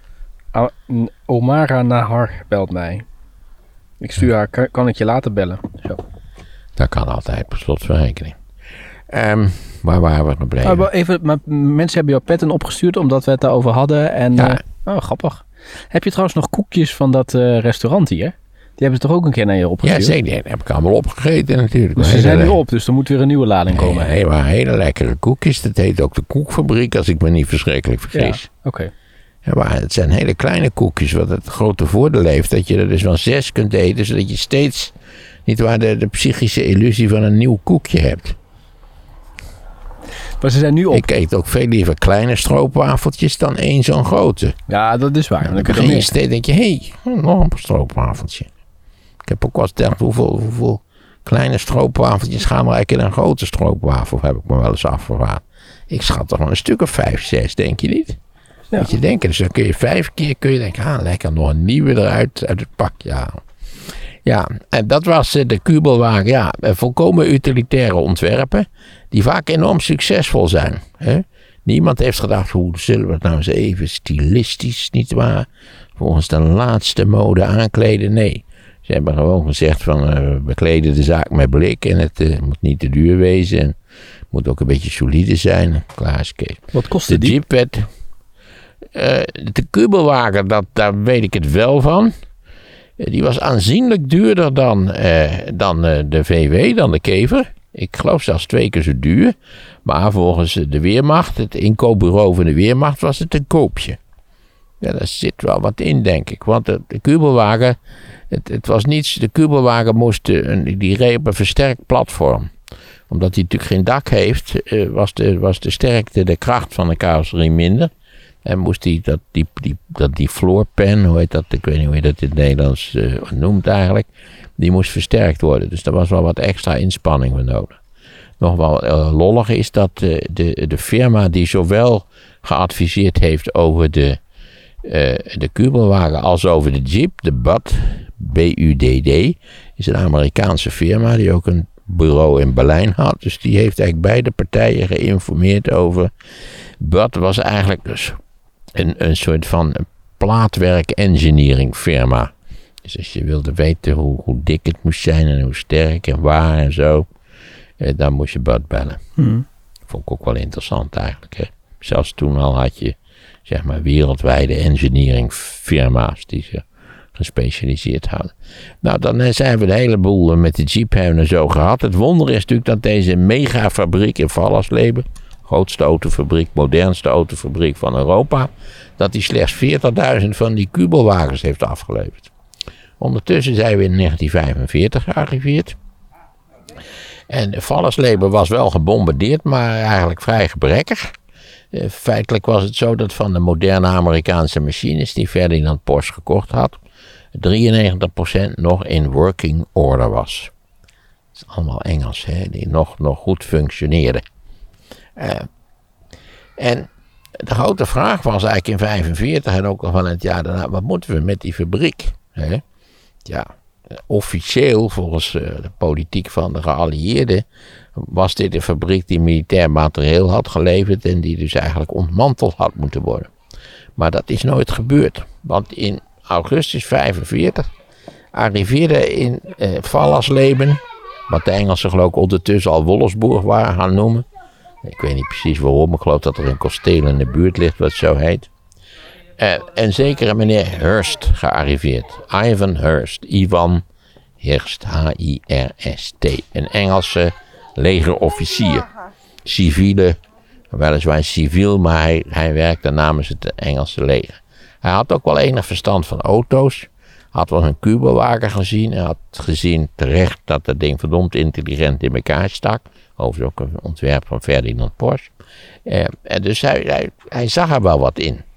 Omara Nahar belt mij. Ik stuur haar, kan ik je later bellen? Zo. Dat kan altijd, per slot van rekening. Waar waren we gebleven? Maar mensen hebben jou Patton opgestuurd omdat we het daarover hadden. En, ja. Grappig. Heb je trouwens nog koekjes van dat restaurant hier? Die hebben ze toch ook een keer naar je opgestuurd? Ja, zeker. Die heb ik allemaal opgegeten natuurlijk. Dus ze zijn nu op, dus er moet weer een nieuwe lading komen. Nee, maar hele lekkere koekjes. Dat heet ook de Koekfabriek, als ik me niet verschrikkelijk vergis. Ja, oké. Ja, maar het zijn hele kleine koekjes, wat het grote voordeel heeft dat je er dus wel 6 kunt eten, zodat je steeds, nietwaar, de psychische illusie van een nieuw koekje hebt. Maar ze zijn nu op. Ik eet ook veel liever kleine stroopwafeltjes dan één zo'n grote. Ja, dat is waar. Dan begin je steeds, denk je, nog een stroopwafeltje. Ik heb ook wel eens gedacht, hoeveel kleine stroopwafeltjes gaan er eigenlijk in een grote stroopwafel, heb ik me wel eens afgevraagd. Ik schat toch wel een stuk of 5, 6, denk je niet? Ja. Moet je denken, dus dan kun je 5 keer denken, lekker, nog een nieuwe eruit uit het pak, ja. Ja, en dat was de kuubelwagen, ja, volkomen utilitaire ontwerpen, die vaak enorm succesvol zijn. Hè? Niemand heeft gedacht, hoe zullen we het nou eens even stilistisch, nietwaar, volgens de laatste mode aankleden? Nee, ze hebben gewoon gezegd van, we kleden de zaak met blik en het moet niet te duur wezen en het moet ook een beetje solide zijn. Klaar is Kees. Wat kostte die? Jeepet. De kuubelwagen, daar weet ik het wel van. Die was aanzienlijk duurder dan de VW, dan de Kever. Ik geloof zelfs 2 keer zo duur. Maar volgens de Weermacht, het inkoopbureau van de Weermacht, was het een koopje. Ja, daar zit wel wat in, denk ik. Want de kuubelwagen, het was niets. De kuubelwagen die reed op een versterkt platform. Omdat hij natuurlijk geen dak heeft, was de sterkte, de kracht van de carrosserie minder. En moest hij die floorpan, hoe heet dat? Ik weet niet hoe je dat in het Nederlands noemt eigenlijk. Die moest versterkt worden. Dus daar was wel wat extra inspanning voor nodig. Nog wel lollig is dat de firma die zowel geadviseerd heeft over de de kugelwagen als over de Jeep. De BUD, BUDD, is een Amerikaanse firma die ook een bureau in Berlijn had. Dus die heeft eigenlijk beide partijen geïnformeerd over. BUD was eigenlijk dus een soort van plaatwerk engineering firma. Dus als je wilde weten hoe dik het moest zijn en hoe sterk en waar en zo, dan moest je BUD bellen. Vond ik ook wel interessant eigenlijk. Hè? Zelfs toen al had je zeg maar wereldwijde engineering firma's die zich gespecialiseerd hadden. Nou, dan zijn we de hele boel met de Jeep hebben en zo gehad. Het wonder is natuurlijk dat deze megafabriek in Vallersleben, grootste autofabriek, modernste autofabriek van Europa, dat die slechts 40.000 van die kubelwagens heeft afgeleverd. Ondertussen zijn we in 1945 gearriveerd. En Vallersleben was wel gebombardeerd, maar eigenlijk vrij gebrekkig. Feitelijk was het zo dat van de moderne Amerikaanse machines die Ferdinand Porsche gekocht had, 93% nog in working order was. Dat is allemaal Engels, hè, die nog goed functioneerden. En de grote vraag was eigenlijk in 1945 en ook al van het jaar daarna, wat moeten we met die fabriek? Hè? Ja, officieel volgens de politiek van de geallieerden was dit een fabriek die militair materieel had geleverd en die dus eigenlijk ontmanteld had moeten worden. Maar dat is nooit gebeurd, want in augustus 1945 arriveerde in Vallersleben, wat de Engelsen geloof ik ondertussen al Wolfsburg waren gaan noemen. Ik weet niet precies waarom, ik geloof dat er een kasteel in de buurt ligt wat zo heet. En zekere meneer Hurst gearriveerd. Ivan Hurst, H-I-R-S-T. Een Engelse legerofficier. Civiele, weliswaar civiel, maar hij werkte namens het Engelse leger. Hij had ook wel enig verstand van auto's. Had wel een kubelwagen gezien. Hij had gezien terecht dat dat ding verdomd intelligent in elkaar stak. Overigens ook een ontwerp van Ferdinand Porsche. En dus hij zag er wel wat in.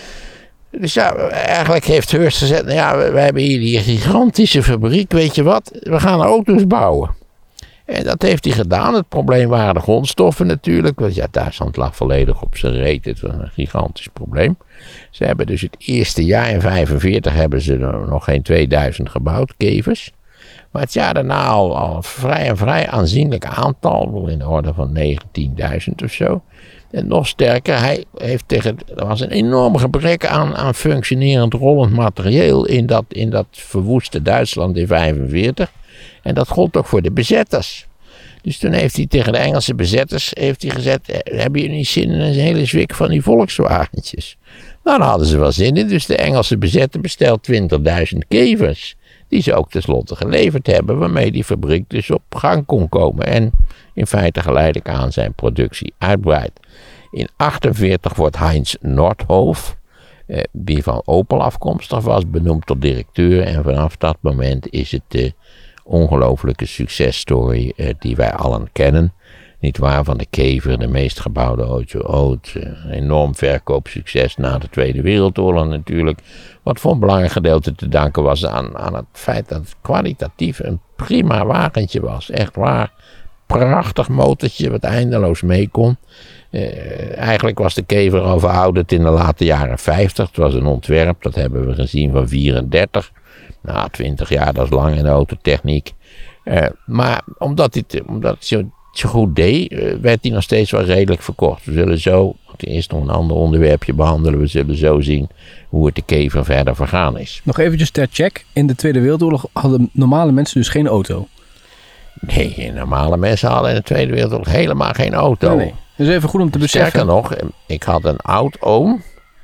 Dus ja, eigenlijk heeft Hurst gezegd, nou ja, we hebben hier die gigantische fabriek, weet je wat, we gaan auto's bouwen. En dat heeft hij gedaan. Het probleem waren de grondstoffen natuurlijk, want ja, Duitsland lag volledig op zijn reet, het was een gigantisch probleem. Ze hebben dus het eerste jaar in 1945 hebben ze er nog geen 2000 gebouwd, kevers. Maar het jaar daarna al een vrij aanzienlijk aantal, in de orde van 19.000 of zo. En nog sterker, er was een enorm gebrek aan functionerend rollend materieel in dat verwoeste Duitsland in 1945. En dat gold ook voor de bezetters. Dus toen heeft hij tegen de Engelse bezetters gezegd, hebben jullie niet zin in een hele zwik van die Volkswagentjes? Nou, daar hadden ze wel zin in, dus de Engelse bezetter bestelt 20.000 kevers. Die ze ook tenslotte geleverd hebben, waarmee die fabriek dus op gang kon komen. En in feite geleidelijk aan zijn productie uitbreidt. In 1948 wordt Heinz Nordhoff, die van Opel afkomstig was, benoemd tot directeur. En vanaf dat moment is het de ongelofelijke successtory die wij allen kennen. Niet waar, van de Kever, de meest gebouwde auto ooit. Enorm verkoopsucces na de Tweede Wereldoorlog natuurlijk. Wat voor een belangrijk gedeelte te danken was aan het feit dat het kwalitatief een prima wagentje was. Echt waar. Prachtig motortje wat eindeloos mee kon. Eigenlijk was de Kever al verouderd in de late jaren 50. Het was een ontwerp, dat hebben we gezien, van 34. Nou, 20 jaar, dat is lang in de autotechniek. Maar omdat het zo goed deed, werd hij nog steeds wel redelijk verkocht. We zullen zo, eerst nog een ander onderwerpje behandelen. We zullen zo zien hoe het de Kever verder vergaan is. Nog eventjes ter check. In de Tweede Wereldoorlog hadden normale mensen dus geen auto. Nee, normale mensen hadden in de Tweede Wereldoorlog helemaal geen auto. Nee. Dus even goed om te beseffen. Sterker nog, ik had een oud-oom,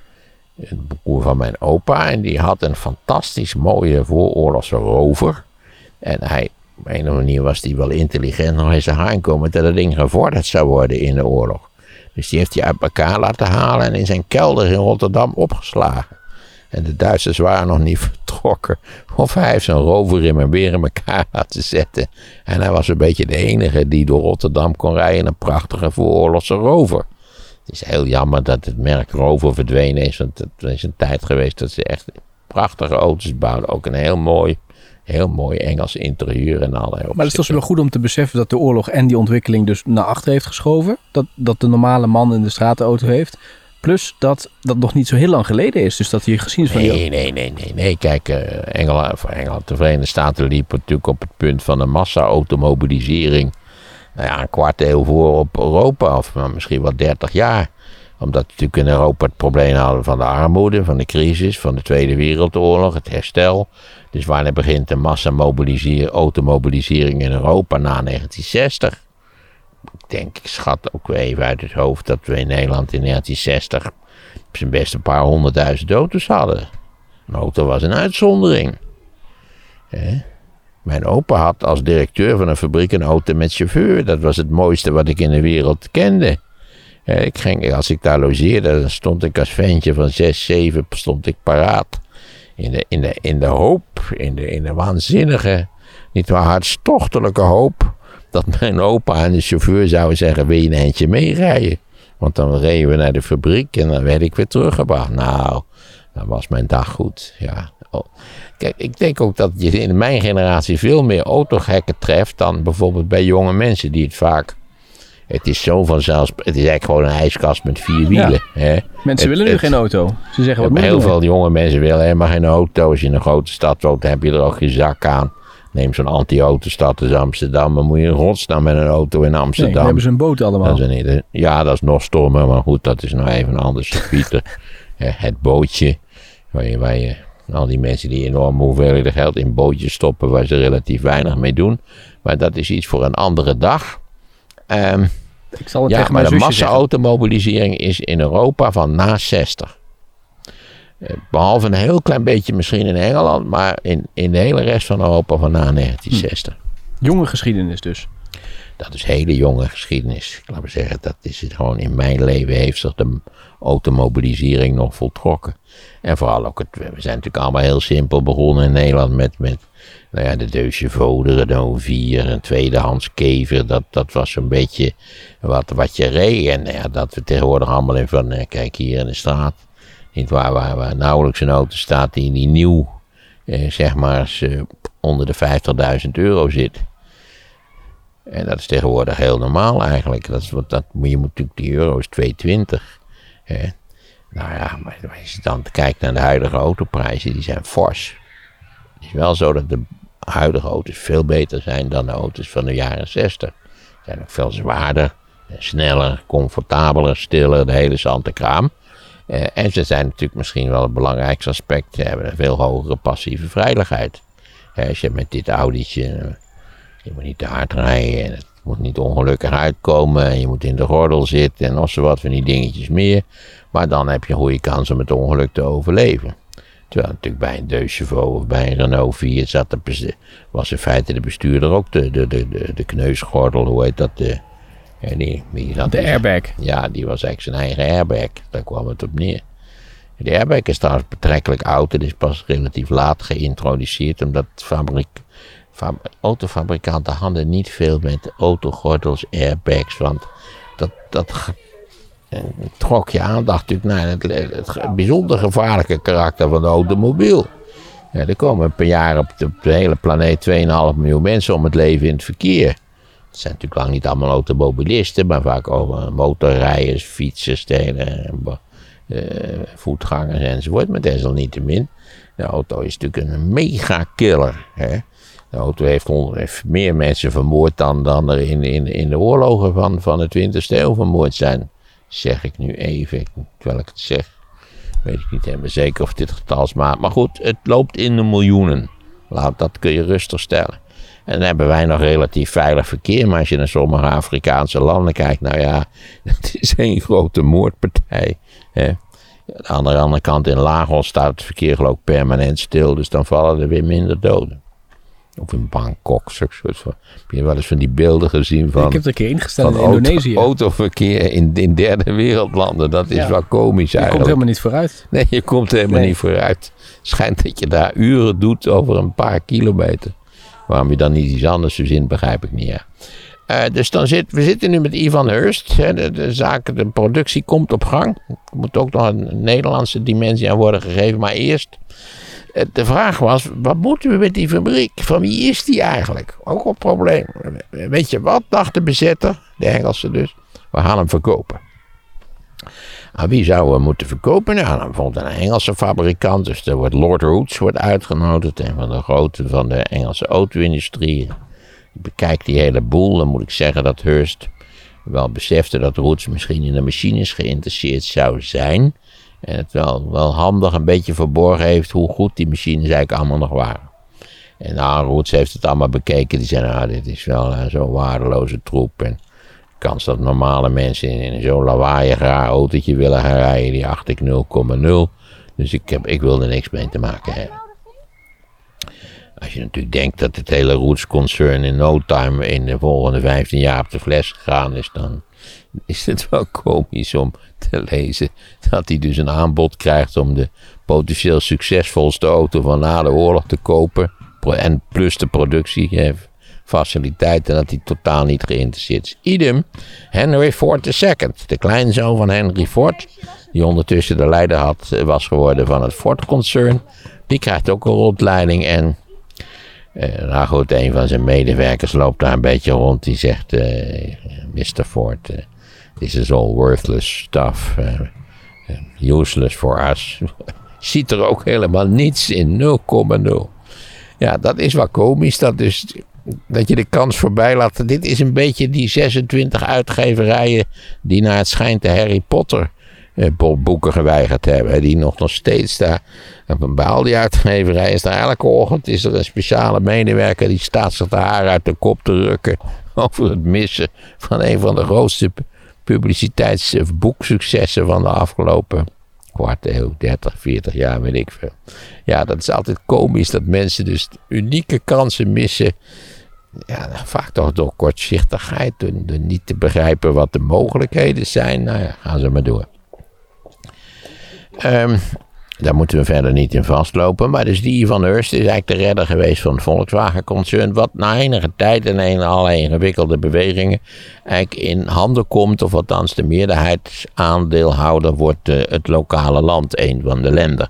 een broer van mijn opa, en die had een fantastisch mooie vooroorlogse Rover. En hij, op een of andere manier was hij wel intelligent nog in zijn haar komen dat het ding gevorderd zou worden in de oorlog. Dus die heeft hij uit elkaar laten halen en in zijn kelder in Rotterdam opgeslagen. En de Duitsers waren nog niet vertrokken. Of hij heeft zijn Rover weer in elkaar laten zetten. En hij was een beetje de enige die door Rotterdam kon rijden in een prachtige vooroorlogse Rover. Het is heel jammer dat het merk Rover verdwenen is. Want het is een tijd geweest dat ze echt prachtige auto's bouwden. Ook een heel mooi Engels interieur en allerlei. Maar het is toch wel goed om te beseffen dat de oorlog en die ontwikkeling dus naar achter heeft geschoven. Dat de normale man in de straat de auto heeft. Plus dat nog niet zo heel lang geleden is. Dus dat je gezien is van... Nee. Kijk, Engeland, de Verenigde Staten liepen natuurlijk op het punt van een massa-automobilisering. Nou ja, een kwart eeuw voor op Europa. Of misschien wel 30 jaar. Omdat we natuurlijk in Europa het probleem hadden van de armoede, van de crisis, van de Tweede Wereldoorlog, het herstel. Dus wanneer begint de automobilisering in Europa na 1960? Ik schat ook even uit het hoofd dat we in Nederland in 1960 op zijn best een paar 100.000 auto's hadden. Een auto was een uitzondering. Mijn opa had als directeur van een fabriek een auto met chauffeur. Dat was het mooiste wat ik in de wereld kende. Als ik daar logeerde, dan stond ik als ventje van 6, 7 stond ik paraat. In de hoop, in de waanzinnige, niet waar hartstochtelijke hoop, dat mijn opa en de chauffeur zouden zeggen, wil je een eindje meerijden? Want dan reden we naar de fabriek en dan werd ik weer teruggebracht. Nou, dan was mijn dag goed, ja. Kijk, ik denk ook dat je in mijn generatie veel meer autogekken treft dan bijvoorbeeld bij jonge mensen die het vaak... Het is zo vanzelfs. Het is eigenlijk gewoon een ijskast met 4 wielen. Ja. Hè? Mensen willen nu geen auto. Ze zeggen wat heel veel jonge mensen willen helemaal geen auto. Als je in een grote stad woont, heb je er ook geen zak aan. Neem zo'n anti-autostad als Amsterdam. Dan moet je in godsnaam met een auto in Amsterdam. Nee, dan hebben ze een boot allemaal. Dat is nog stormer, maar goed, dat is nou even een ander circuit. Het bootje, waar je al die mensen die enorm hoeveelheden geld in bootjes stoppen, waar ze relatief weinig mee doen. Maar dat is iets voor een andere dag. Ik zal het tegen mijn maar de massa-automobilisering is in Europa van na 60. Behalve een heel klein beetje misschien in Engeland, maar in de hele rest van Europa van na 1960. Jonge geschiedenis dus. Dat is hele jonge geschiedenis. Ik laat maar zeggen, dat is het gewoon in mijn leven heeft zich de automobilisering nog voltrokken. En vooral ook, we zijn natuurlijk allemaal heel simpel begonnen in Nederland met de Deux Chevaux, de Renault 4, een tweedehands kever. Dat was zo'n beetje wat je reed. En dat we tegenwoordig allemaal in van, kijk hier in de straat, niet waar nauwelijks een auto staat die nieuw, onder de €50.000 zit. En dat is tegenwoordig heel normaal eigenlijk. Je moet natuurlijk die euro is 2,20. Nou ja, maar als je dan kijkt naar de huidige autoprijzen, die zijn fors. Het is wel zo dat de huidige auto's veel beter zijn dan de auto's van de jaren 60. Ze zijn ook veel zwaarder, sneller, comfortabeler, stiller, de hele zante kraam. En ze zijn natuurlijk misschien wel het belangrijkste aspect. Ze hebben een veel hogere passieve veiligheid. Als je met dit Audi'tje, je moet niet te hard rijden en het moet niet ongelukkig uitkomen. En je moet in de gordel zitten en nog zo wat van die dingetjes meer. Maar dan heb je een goede kans om het ongeluk te overleven. Terwijl natuurlijk bij een Deux Chevaux of bij een Renault 4 was in feite de bestuurder ook de kneusgordel, hoe heet dat? De airbag. Ja, die was eigenlijk zijn eigen airbag. Daar kwam het op neer. De airbag is trouwens betrekkelijk oud. Het is pas relatief laat geïntroduceerd, omdat autofabrikanten hadden niet veel met autogordels, airbags, want dat trok je aandacht natuurlijk naar het bijzonder gevaarlijke karakter van de automobiel. Ja, er komen per jaar op de hele planeet 2,5 miljoen mensen om het leven in het verkeer. Het zijn natuurlijk lang niet allemaal automobilisten, maar vaak ook motorrijders, fietsers, voetgangers enzovoort. Maar desalniettemin, de auto is natuurlijk een mega killer. Hè? De auto heeft meer mensen vermoord dan er in de oorlogen van de 20e eeuw vermoord zijn. Zeg ik nu even, terwijl ik het zeg, weet ik niet helemaal zeker of dit getalsmaat. Maar goed, het loopt in de miljoenen. Dat kun je rustig stellen. En dan hebben wij nog relatief veilig verkeer. Maar als je naar sommige Afrikaanse landen kijkt, nou ja, het is één grote moordpartij. Hè. Aan de andere kant in Lagos staat het verkeer geloof ik permanent stil. Dus dan vallen er weer minder doden. Of in Bangkok, heb je wel eens van die beelden gezien van... Ik heb er een keer ingesteld in Indonesië. Autoverkeer in derde wereldlanden, dat is wel komisch eigenlijk. Je komt helemaal niet vooruit. Nee, je komt helemaal niet vooruit. Schijnt dat je daar uren doet over een paar kilometer. Waarom je dan niet iets anders verzint, begrijp ik niet. Ja. Dus we zitten nu met Ivan Hurst. De productie komt op gang. Er moet ook nog een Nederlandse dimensie aan worden gegeven, maar eerst... De vraag was, wat moeten we met die fabriek? Van wie is die eigenlijk? Ook een probleem. Weet je wat, dacht de bezetter, de Engelsen dus, we gaan hem verkopen. Nou, wie zouden we moeten verkopen? Nou, dan bijvoorbeeld een Engelse fabrikant. Dus er wordt Lord Rootes uitgenodigd. Een van de grote van de Engelse auto-industrie. Ik bekijk die hele boel. Dan moet ik zeggen dat Hearst wel besefte dat Rootes misschien in de machines geïnteresseerd zou zijn. En het wel handig een beetje verborgen heeft hoe goed die machines eigenlijk allemaal nog waren. En Rootes heeft het allemaal bekeken. Die zei, dit is wel zo'n waardeloze troep. En de kans dat normale mensen in zo'n lawaaiig raar autootje willen gaan rijden, die acht ik 0,0. Dus ik wil er niks mee te maken hebben. Als je natuurlijk denkt dat het hele Rootes-concern in no time in de volgende 15 jaar op de fles gegaan is, dan is het wel komisch om te lezen dat hij dus een aanbod krijgt om de potentieel succesvolste auto van na de oorlog te kopen. En plus de productiefaciliteiten, dat hij totaal niet geïnteresseerd is. Idem, Henry Ford II, de kleinzoon van Henry Ford, die ondertussen de leider was geworden van het Ford-concern. Die krijgt ook een rondleiding en goed, een van zijn medewerkers loopt daar een beetje rond. Die zegt, Mr. Ford, this is all worthless stuff, useless for us. Ziet er ook helemaal niets in, 0,0. Ja, dat is wel komisch, dat je de kans voorbij laat. Dit is een beetje die 26 uitgeverijen die naar het schijnt de Harry Potter boeken geweigerd hebben. Die nog steeds daar, bij al die uitgeverijen is er elke ochtend is er een speciale medewerker die staat zich de haar uit de kop te rukken over het missen van een van de grootste publiciteits- of boeksuccessen van de afgelopen kwart eeuw, 30, 40 jaar, weet ik veel. Ja, dat is altijd komisch dat mensen dus unieke kansen missen. Ja, vaak toch door kortzichtigheid, door niet te begrijpen wat de mogelijkheden zijn. Nou ja, gaan ze maar door. Daar moeten we verder niet in vastlopen. Maar dus die van Hearst is eigenlijk de redder geweest van het Volkswagen-concern. Wat na enige tijd en allerlei ingewikkelde bewegingen eigenlijk in handen komt. Of althans de meerderheidsaandeelhouder wordt het lokale land, een van de landen.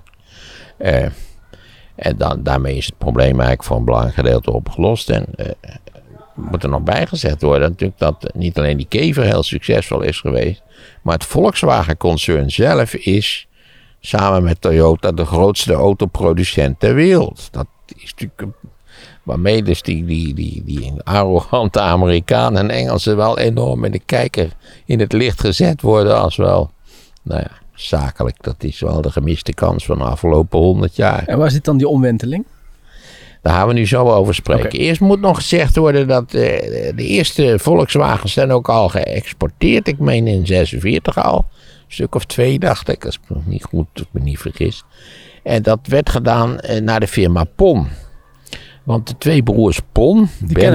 En daarmee is het probleem eigenlijk voor een belangrijk gedeelte opgelost. En moet er nog bijgezegd worden natuurlijk dat niet alleen die kever heel succesvol is geweest. Maar het Volkswagen-concern zelf is samen met Toyota de grootste autoproducent ter wereld. Dat is natuurlijk waarmee dus die arrogante Amerikanen en Engelsen wel enorm in de kijker in het licht gezet worden als wel, nou ja, zakelijk. Dat is wel de gemiste kans van de afgelopen 100 jaar. En waar zit dan die omwenteling? Daar gaan we nu zo over spreken. Okay. Eerst moet nog gezegd worden dat de eerste Volkswagens zijn ook al geëxporteerd. Ik meen in 46 al. Een stuk of 2 dacht ik, als ik me niet goed, als ik me niet vergis. En dat werd gedaan naar de firma Pon. Want de 2 broers Pon,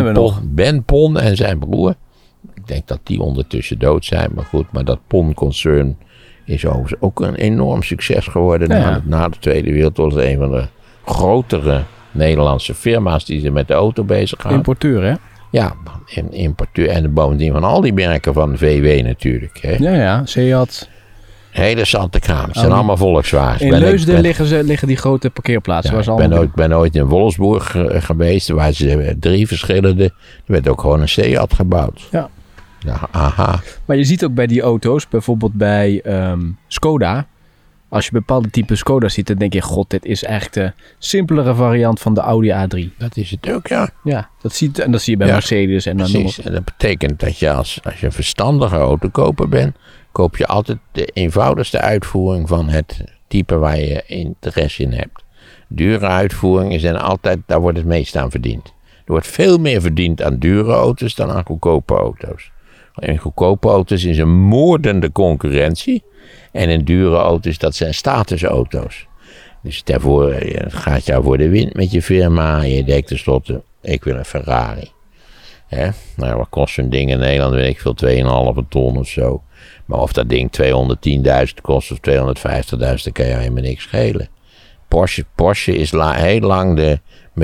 Ben Pon en zijn broer. Ik denk dat die ondertussen dood zijn, maar goed. Maar dat Pon-concern is overigens ook een enorm succes geworden na de Tweede Wereldoorlog. Een van de grotere Nederlandse firma's die zich met de auto bezig gaan. Importeur, hè? Ja, importeur. En bovendien van al die merken van VW natuurlijk. Hè? Ja, Seat. Hele zante kraam. Het zijn allemaal Volkswagens. In Leusden liggen die grote parkeerplaatsen. Ja, ik ben ooit in Wolfsburg geweest. Waar ze 3 verschillende. Er werd ook gewoon een Seat gebouwd. Ja. Nou, aha. Maar je ziet ook bij die auto's, bijvoorbeeld bij Skoda. Als je bepaalde type Skoda ziet, dan denk je, god, dit is echt de simpelere variant van de Audi A3. Dat is het ook, ja. Ja, dat zie je bij Mercedes. En dan precies. En dat betekent dat je als je een verstandige autokoper bent, koop je altijd de eenvoudigste uitvoering van het type waar je interesse in hebt. Dure uitvoeringen zijn altijd, daar wordt het meest aan verdiend. Er wordt veel meer verdiend aan dure auto's dan aan goedkope auto's. In goedkope auto's is een moordende concurrentie. En in dure auto's, dat zijn statusauto's. Dus daarvoor gaat jou voor de wind met je firma. En je denkt tenslotte, ik wil een Ferrari. Hè? Nou, wat kost zo'n ding in Nederland? Weet ik veel, 2,5 ton of zo. Maar of dat ding 210.000 kost of 250.000, dan kan je helemaal niks schelen. Porsche is heel lang de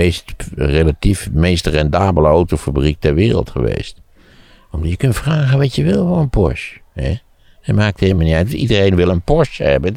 relatief meest rendabele autofabriek ter wereld geweest. Omdat je kunt vragen wat je wil van een Porsche. Hè? Het maakt helemaal niet uit. Iedereen wil een Porsche hebben.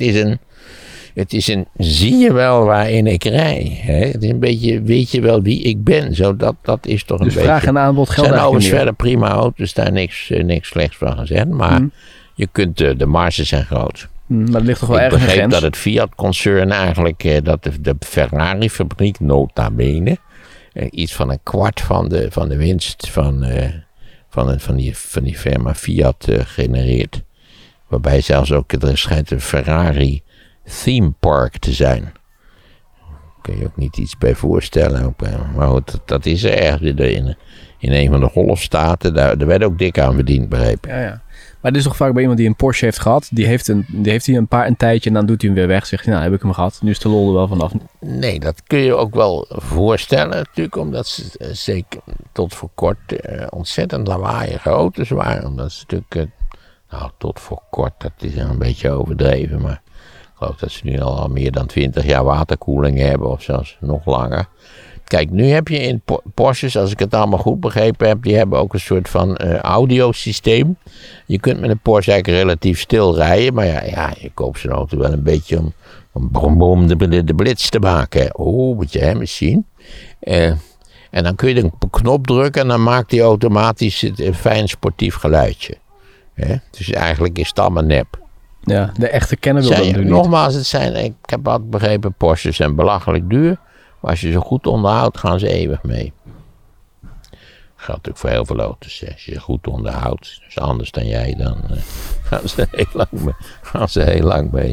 Het is een zie je wel waarin ik rij. Hè? Het is een beetje, weet je wel wie ik ben. Zo, dat is toch een beetje. Dus vraag en aanbod geldt eigenlijk niet. Verder prima auto's, daar niks slechts van gezegd. Maar je kunt, de marges zijn groot. Maar dat ligt toch wel ergens een grens? Ik begreep dat het Fiat-concern eigenlijk, dat de Ferrari-fabriek nota bene, iets van 1/4 van de winst van die firma Fiat genereert. Waarbij zelfs ook, er schijnt een Ferrari theme park te zijn. Kun je ook niet iets bij voorstellen. Maar goed, dat is er ergens in een van de golfstaten. Daar werd ook dik aan verdiend, begrepen. Ja. Maar dit is toch vaak bij iemand die een Porsche heeft gehad. Die heeft hij een tijdje en dan doet hij hem weer weg. Zegt hij, nou heb ik hem gehad. Nu is de lol er wel vanaf. Nee, dat kun je ook wel voorstellen natuurlijk. Omdat ze zeker tot voor kort ontzettend lawaaiige auto's waren. Omdat ze natuurlijk, tot voor kort, dat is een beetje overdreven. Maar ik geloof dat ze nu al meer dan 20 jaar waterkoeling hebben. Of zelfs nog langer. Kijk, nu heb je in Porsches, als ik het allemaal goed begrepen heb, die hebben ook een soort van audiosysteem. Je kunt met een Porsche eigenlijk relatief stil rijden, maar ja, je koopt zo'n auto wel een beetje om de blitz te maken. Oh, moet je hem eens zien. En dan kun je een knop drukken en dan maakt hij automatisch een fijn sportief geluidje. Dus eigenlijk is het allemaal nep. Ja, de echte kenner wil dat natuurlijk niet. Nogmaals, ik heb altijd begrepen, Porsches zijn belachelijk duur. Maar als je ze goed onderhoudt, gaan ze eeuwig mee. Dat geldt natuurlijk voor heel veel auto's. Als je ze goed onderhoudt, dus anders dan jij, dan gaan ze heel lang mee.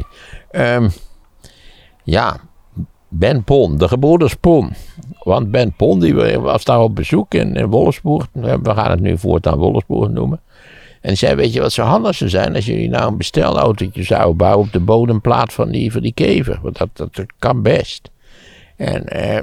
Ben Pon, de gebroeders Pon. Want Ben Pon die was daar op bezoek in Wolfsburg. We gaan het nu voortaan Wolfsburg noemen. En zei, weet je wat zo handig zou zijn als jullie nou een bestelautootje zouden bouwen op de bodemplaat van die kever. Want dat kan best. En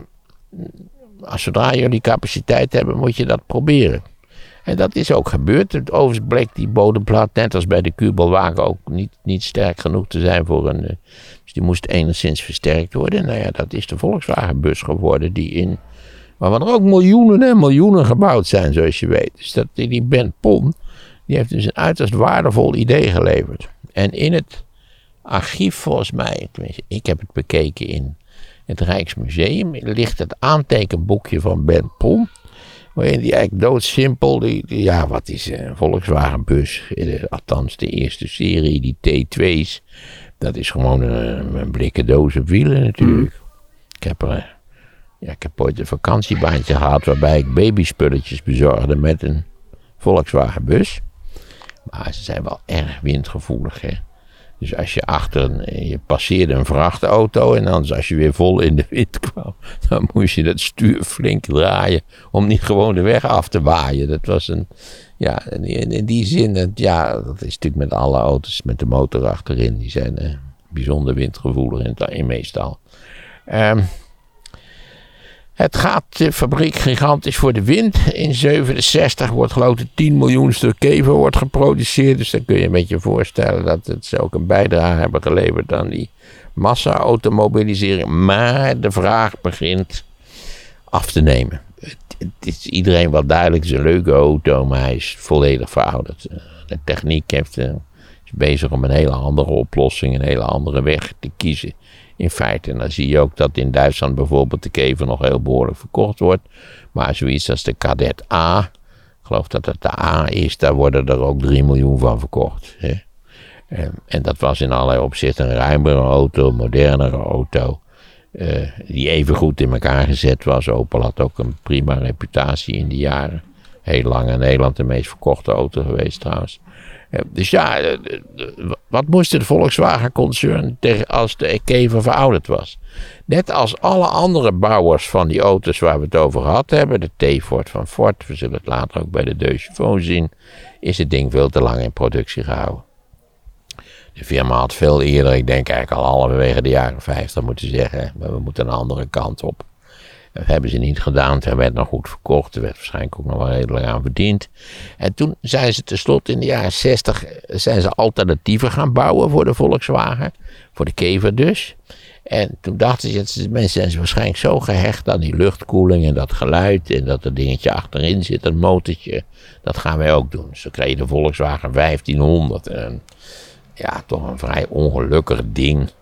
zodra jullie capaciteit hebben, moet je dat proberen. En dat is ook gebeurd. Overigens bleek die bodemplaat, net als bij de Kubelwagen, ook niet sterk genoeg te zijn voor een... Dus die moest enigszins versterkt worden. Nou ja, dat is de Volkswagenbus geworden, waarvan er ook miljoenen en miljoenen gebouwd zijn, zoals je weet. Dus die Ben Pon, die heeft dus een uiterst waardevol idee geleverd. En in het archief, volgens mij, tenminste, ik heb het bekeken in het Rijksmuseum, ligt het aantekenboekje van Ben Pon, waarin die eigenlijk doodsimpel, wat is een Volkswagenbus, althans de eerste serie, die T2's, dat is gewoon een blikken doos op wielen natuurlijk. Ik heb ooit een vakantiebaantje gehad waarbij ik babyspulletjes bezorgde met een Volkswagenbus. Maar ze zijn wel erg windgevoelig, hè. Dus als je passeerde een vrachtauto en dan als je weer vol in de wind kwam, dan moest je dat stuur flink draaien om niet gewoon de weg af te waaien. Dat was in die zin, dat is natuurlijk met alle auto's met de motor achterin, die zijn bijzonder windgevoelig in meestal. Het gaat de fabriek gigantisch voor de wind. In 1967 wordt geloof ik 10 miljoen stuk kever wordt geproduceerd. Dus dan kun je een beetje voorstellen dat ze ook een bijdrage hebben geleverd aan die massa-automobilisering. Maar de vraag begint af te nemen. Het is iedereen wel duidelijk, het is een leuke auto, maar hij is volledig verouderd. De techniek is bezig om een hele andere oplossing, een hele andere weg te kiezen. In feite, en dan zie je ook dat in Duitsland bijvoorbeeld de kever nog heel behoorlijk verkocht wordt. Maar zoiets als de Kadett A, ik geloof dat het de A is, daar worden er ook 3 miljoen van verkocht. Hè? En dat was in allerlei opzichten een ruimere auto, een modernere auto. Die even goed in elkaar gezet was. Opel had ook een prima reputatie in die jaren. Heel lang in Nederland de meest verkochte auto geweest trouwens. Dus wat moest het Volkswagen-concern als de kever verouderd was? Net als alle andere bouwers van die auto's waar we het over gehad hebben, de T-Ford van Ford, we zullen het later ook bij de Deux Chevaux zien, is het ding veel te lang in productie gehouden. De firma had veel eerder, ik denk eigenlijk al halverwege de jaren 50 moeten zeggen, we moeten een andere kant op. Dat hebben ze niet gedaan, het werd nog goed verkocht, er werd waarschijnlijk ook nog wel redelijk aan verdiend. En toen zijn ze tenslotte in de jaren 60 zijn ze alternatieven gaan bouwen voor de Volkswagen, voor de kever dus. En toen dachten ze, mensen zijn waarschijnlijk zo gehecht aan die luchtkoeling en dat geluid en dat er dingetje achterin zit, een motortje, dat gaan wij ook doen. Dus dan kreeg je de Volkswagen 1500 en toch een vrij ongelukkig ding.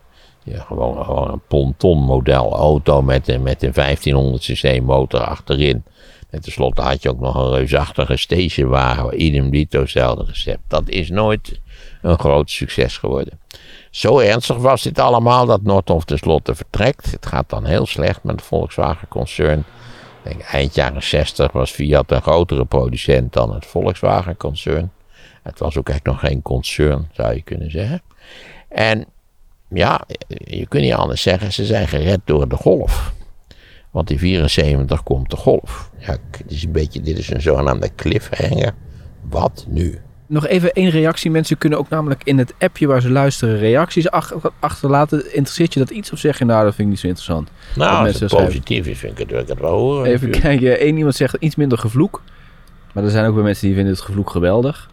Ja, gewoon een pontonmodel auto met een 1500 cc motor achterin. En tenslotte had je ook nog een reusachtige stationwagen. Idem dito, hetzelfde recept. Dat is nooit een groot succes geworden. Zo ernstig was dit allemaal dat Nordhoff tenslotte vertrekt. Het gaat dan heel slecht met het Volkswagen-concern. Ik denk, eind jaren 60 was Fiat een grotere producent dan het Volkswagen-concern. Het was ook eigenlijk nog geen concern, zou je kunnen zeggen. En ja, je kunt niet anders zeggen, ze zijn gered door de Golf. Want in 74 komt de Golf. Ja, dit is een zogenaamde cliffhanger. Wat nu? Nog even één reactie. Mensen kunnen ook namelijk in het appje waar ze luisteren reacties achterlaten. Interesseert je dat iets of zeg je nou, dat vind ik niet zo interessant? Nou, als het positief is, vind ik het wel horen. Even kijken. Eén iemand zegt iets minder gevloek. Maar er zijn ook weer mensen die vinden het gevloek geweldig.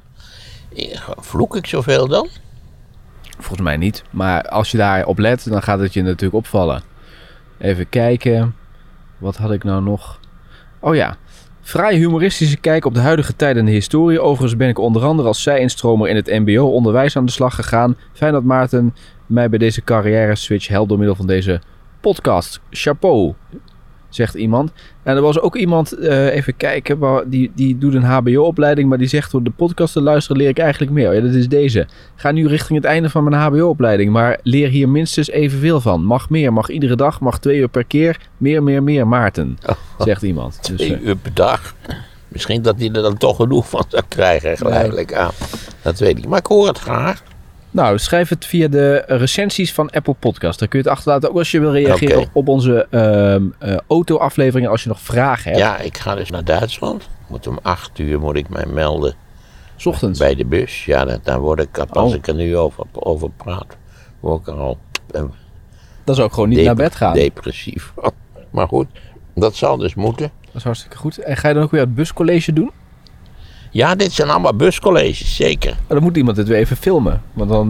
Vloek ik zoveel dan? Volgens mij niet. Maar als je daarop let, dan gaat het je natuurlijk opvallen. Even kijken. Wat had ik nou nog? Oh ja. Fraaie humoristische kijk op de huidige tijd en de historie. Overigens ben ik onder andere als zij-instromer in het mbo-onderwijs aan de slag gegaan. Fijn dat Maarten mij bij deze carrière-switch helpt door middel van deze podcast. Chapeau, zegt iemand. En er was ook iemand, even kijken, die doet een hbo-opleiding, maar die zegt door de podcast te luisteren leer ik eigenlijk meer. Ja, dat is deze. Ga nu richting het einde van mijn hbo-opleiding, maar leer hier minstens evenveel van. Mag meer, mag iedere dag, mag 2 uur per keer. Meer, Maarten, zegt iemand. Dus, 2 uur per dag. Misschien dat hij er dan toch genoeg van zou krijgen, geleidelijk aan. Dat weet ik, maar ik hoor het graag. Nou, schrijf het via de recensies van Apple Podcast. Daar kun je het achterlaten. Ook als je wil reageren op onze auto-afleveringen. Als je nog vragen hebt. Ja, ik ga dus naar Duitsland. Om 8 uur moet ik mij melden. 's Ochtends? Bij de bus. Ja, dan word ik, als ik er nu over praat, word ik er al... Dat is ook gewoon niet naar bed gaan. Depressief. Maar goed, dat zal dus moeten. Dat is hartstikke goed. En ga je dan ook weer het buscollege doen? Ja, dit zijn allemaal buscolleges, zeker. Maar dan moet iemand het weer even filmen. Want dan,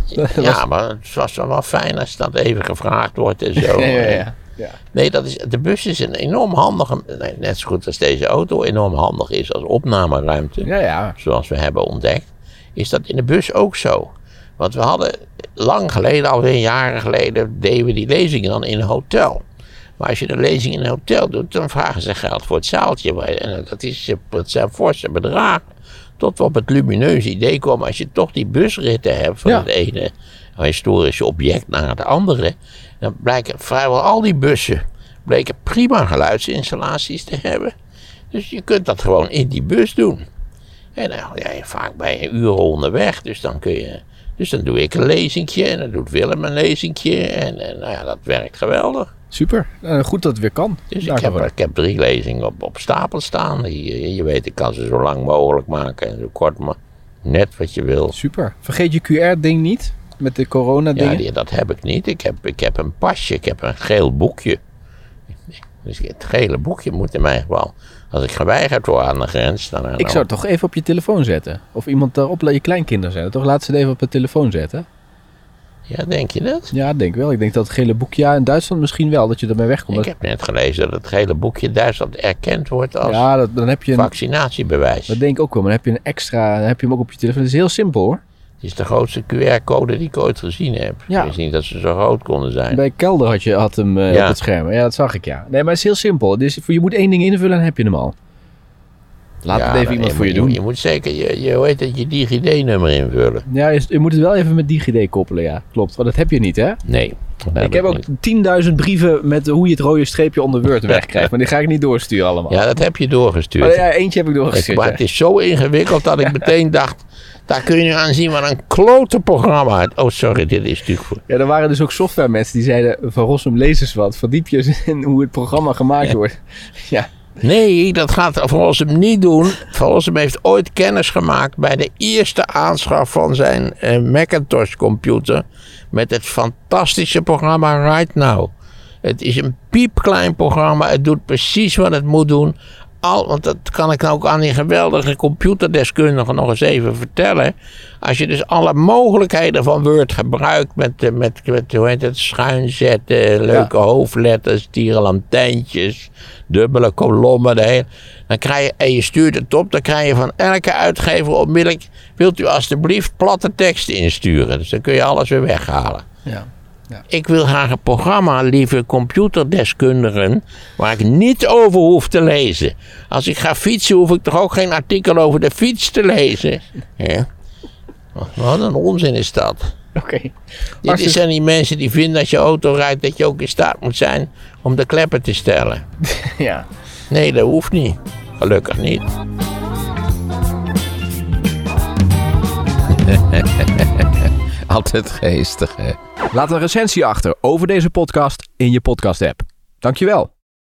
ja, maar het was wel fijn als dat even gevraagd wordt en zo. ja. Nee, de bus is een enorm handige, net zo goed als deze auto enorm handig is als opnameruimte. Ja. Zoals we hebben ontdekt. Is dat in de bus ook zo. Want we hadden lang geleden, alweer jaren geleden, deden we die lezingen dan in een hotel. Maar als je de lezing in een hotel doet, dan vragen ze geld voor het zaaltje. En dat zijn forse bedragen. Tot we op het lumineuze idee komen, als je toch die busritten hebt van het ene historische object naar het andere. Dan blijken vrijwel al die bussen prima geluidsinstallaties te hebben. Dus je kunt dat gewoon in die bus doen. En dan vaak ben je uren onderweg, dus dan kun je... Dus dan doe ik een lezingje en dan doet Willem een lezingje. En nou ja, dat werkt geweldig. Super, goed dat het weer kan. Dus ik heb 3 lezingen op stapel staan. Je weet, ik kan ze zo lang mogelijk maken en zo kort, maar net wat je wil. Super. Vergeet je QR-ding niet met de corona-dingen? Ja, dat heb ik niet. Ik heb een pasje, ik heb een geel boekje. Dus het gele boekje moet in mijn geval, als ik geweigerd word aan de grens... Dan ik zou het toch even op je telefoon zetten. Of iemand daarop, je kleinkinderen zetten. Toch laat ze het even op de telefoon zetten. Ja, denk je dat? Ja, denk wel. Ik denk dat het gele boekje in Duitsland misschien wel, dat je ermee wegkomt. Ik heb net gelezen dat het gele boekje in Duitsland erkend wordt als dan heb je vaccinatiebewijs. Dat denk ik ook wel, maar dan heb je een extra, dan heb je hem ook op je telefoon. Dat is heel simpel hoor. Het is de grootste QR-code die ik ooit gezien heb. Ja. Ik wist niet dat ze zo groot konden zijn. Bij Kelder had hem op het scherm. Ja, dat zag ik, ja. Nee, maar het is heel simpel. Dus je moet 1 ding invullen en heb je hem al. Laat het even iemand voor je doen. Je moet zeker je DigiD-nummer invullen. Ja, je moet het wel even met DigiD koppelen, ja. Klopt, want dat heb je niet, hè? Nee. Ik heb ook 10.000 brieven met hoe je het rode streepje onder Word wegkrijgt. Maar die ga ik niet doorsturen allemaal. Ja, dat heb je doorgestuurd. Oh, ja, eentje heb ik doorgestuurd. Maar het is zo ingewikkeld dat ik meteen dacht... Daar kun je nu aan zien wat een klote programma. Oh, sorry, dit is natuurlijk voor... Ja, er waren dus ook software mensen die zeiden... Van Rossum, lees eens wat. Verdiep je eens in hoe het programma gemaakt wordt. Ja. Nee, dat gaat Van Rossum niet doen. Van Rossum heeft ooit kennis gemaakt bij de eerste aanschaf van zijn Macintosh computer. Met het fantastische programma Right Now. Het is een piepklein programma. Het doet precies wat het moet doen. Want dat kan ik nou ook aan die geweldige computerdeskundigen nog eens even vertellen. Als je dus alle mogelijkheden van Word gebruikt met hoe heet het, schuinzetten, leuke hoofdletters, tierenlantijntjes, dubbele kolommen, dan krijg je, en je stuurt het op, dan krijg je van elke uitgever onmiddellijk, wilt u alstublieft platte tekst insturen. Dus dan kun je alles weer weghalen. Ja. Ja. Ik wil graag een programma, lieve computerdeskundigen, waar ik niet over hoef te lezen. Als ik ga fietsen, hoef ik toch ook geen artikel over de fiets te lezen. Ja. Wat een onzin is dat. Oké. Dit zijn die mensen die vinden als je auto rijdt dat je ook in staat moet zijn om de kleppen te stellen. Ja. Nee, dat hoeft niet. Gelukkig niet. Altijd geestig, hè? Laat een recensie achter over deze podcast in je podcast-app. Dankjewel.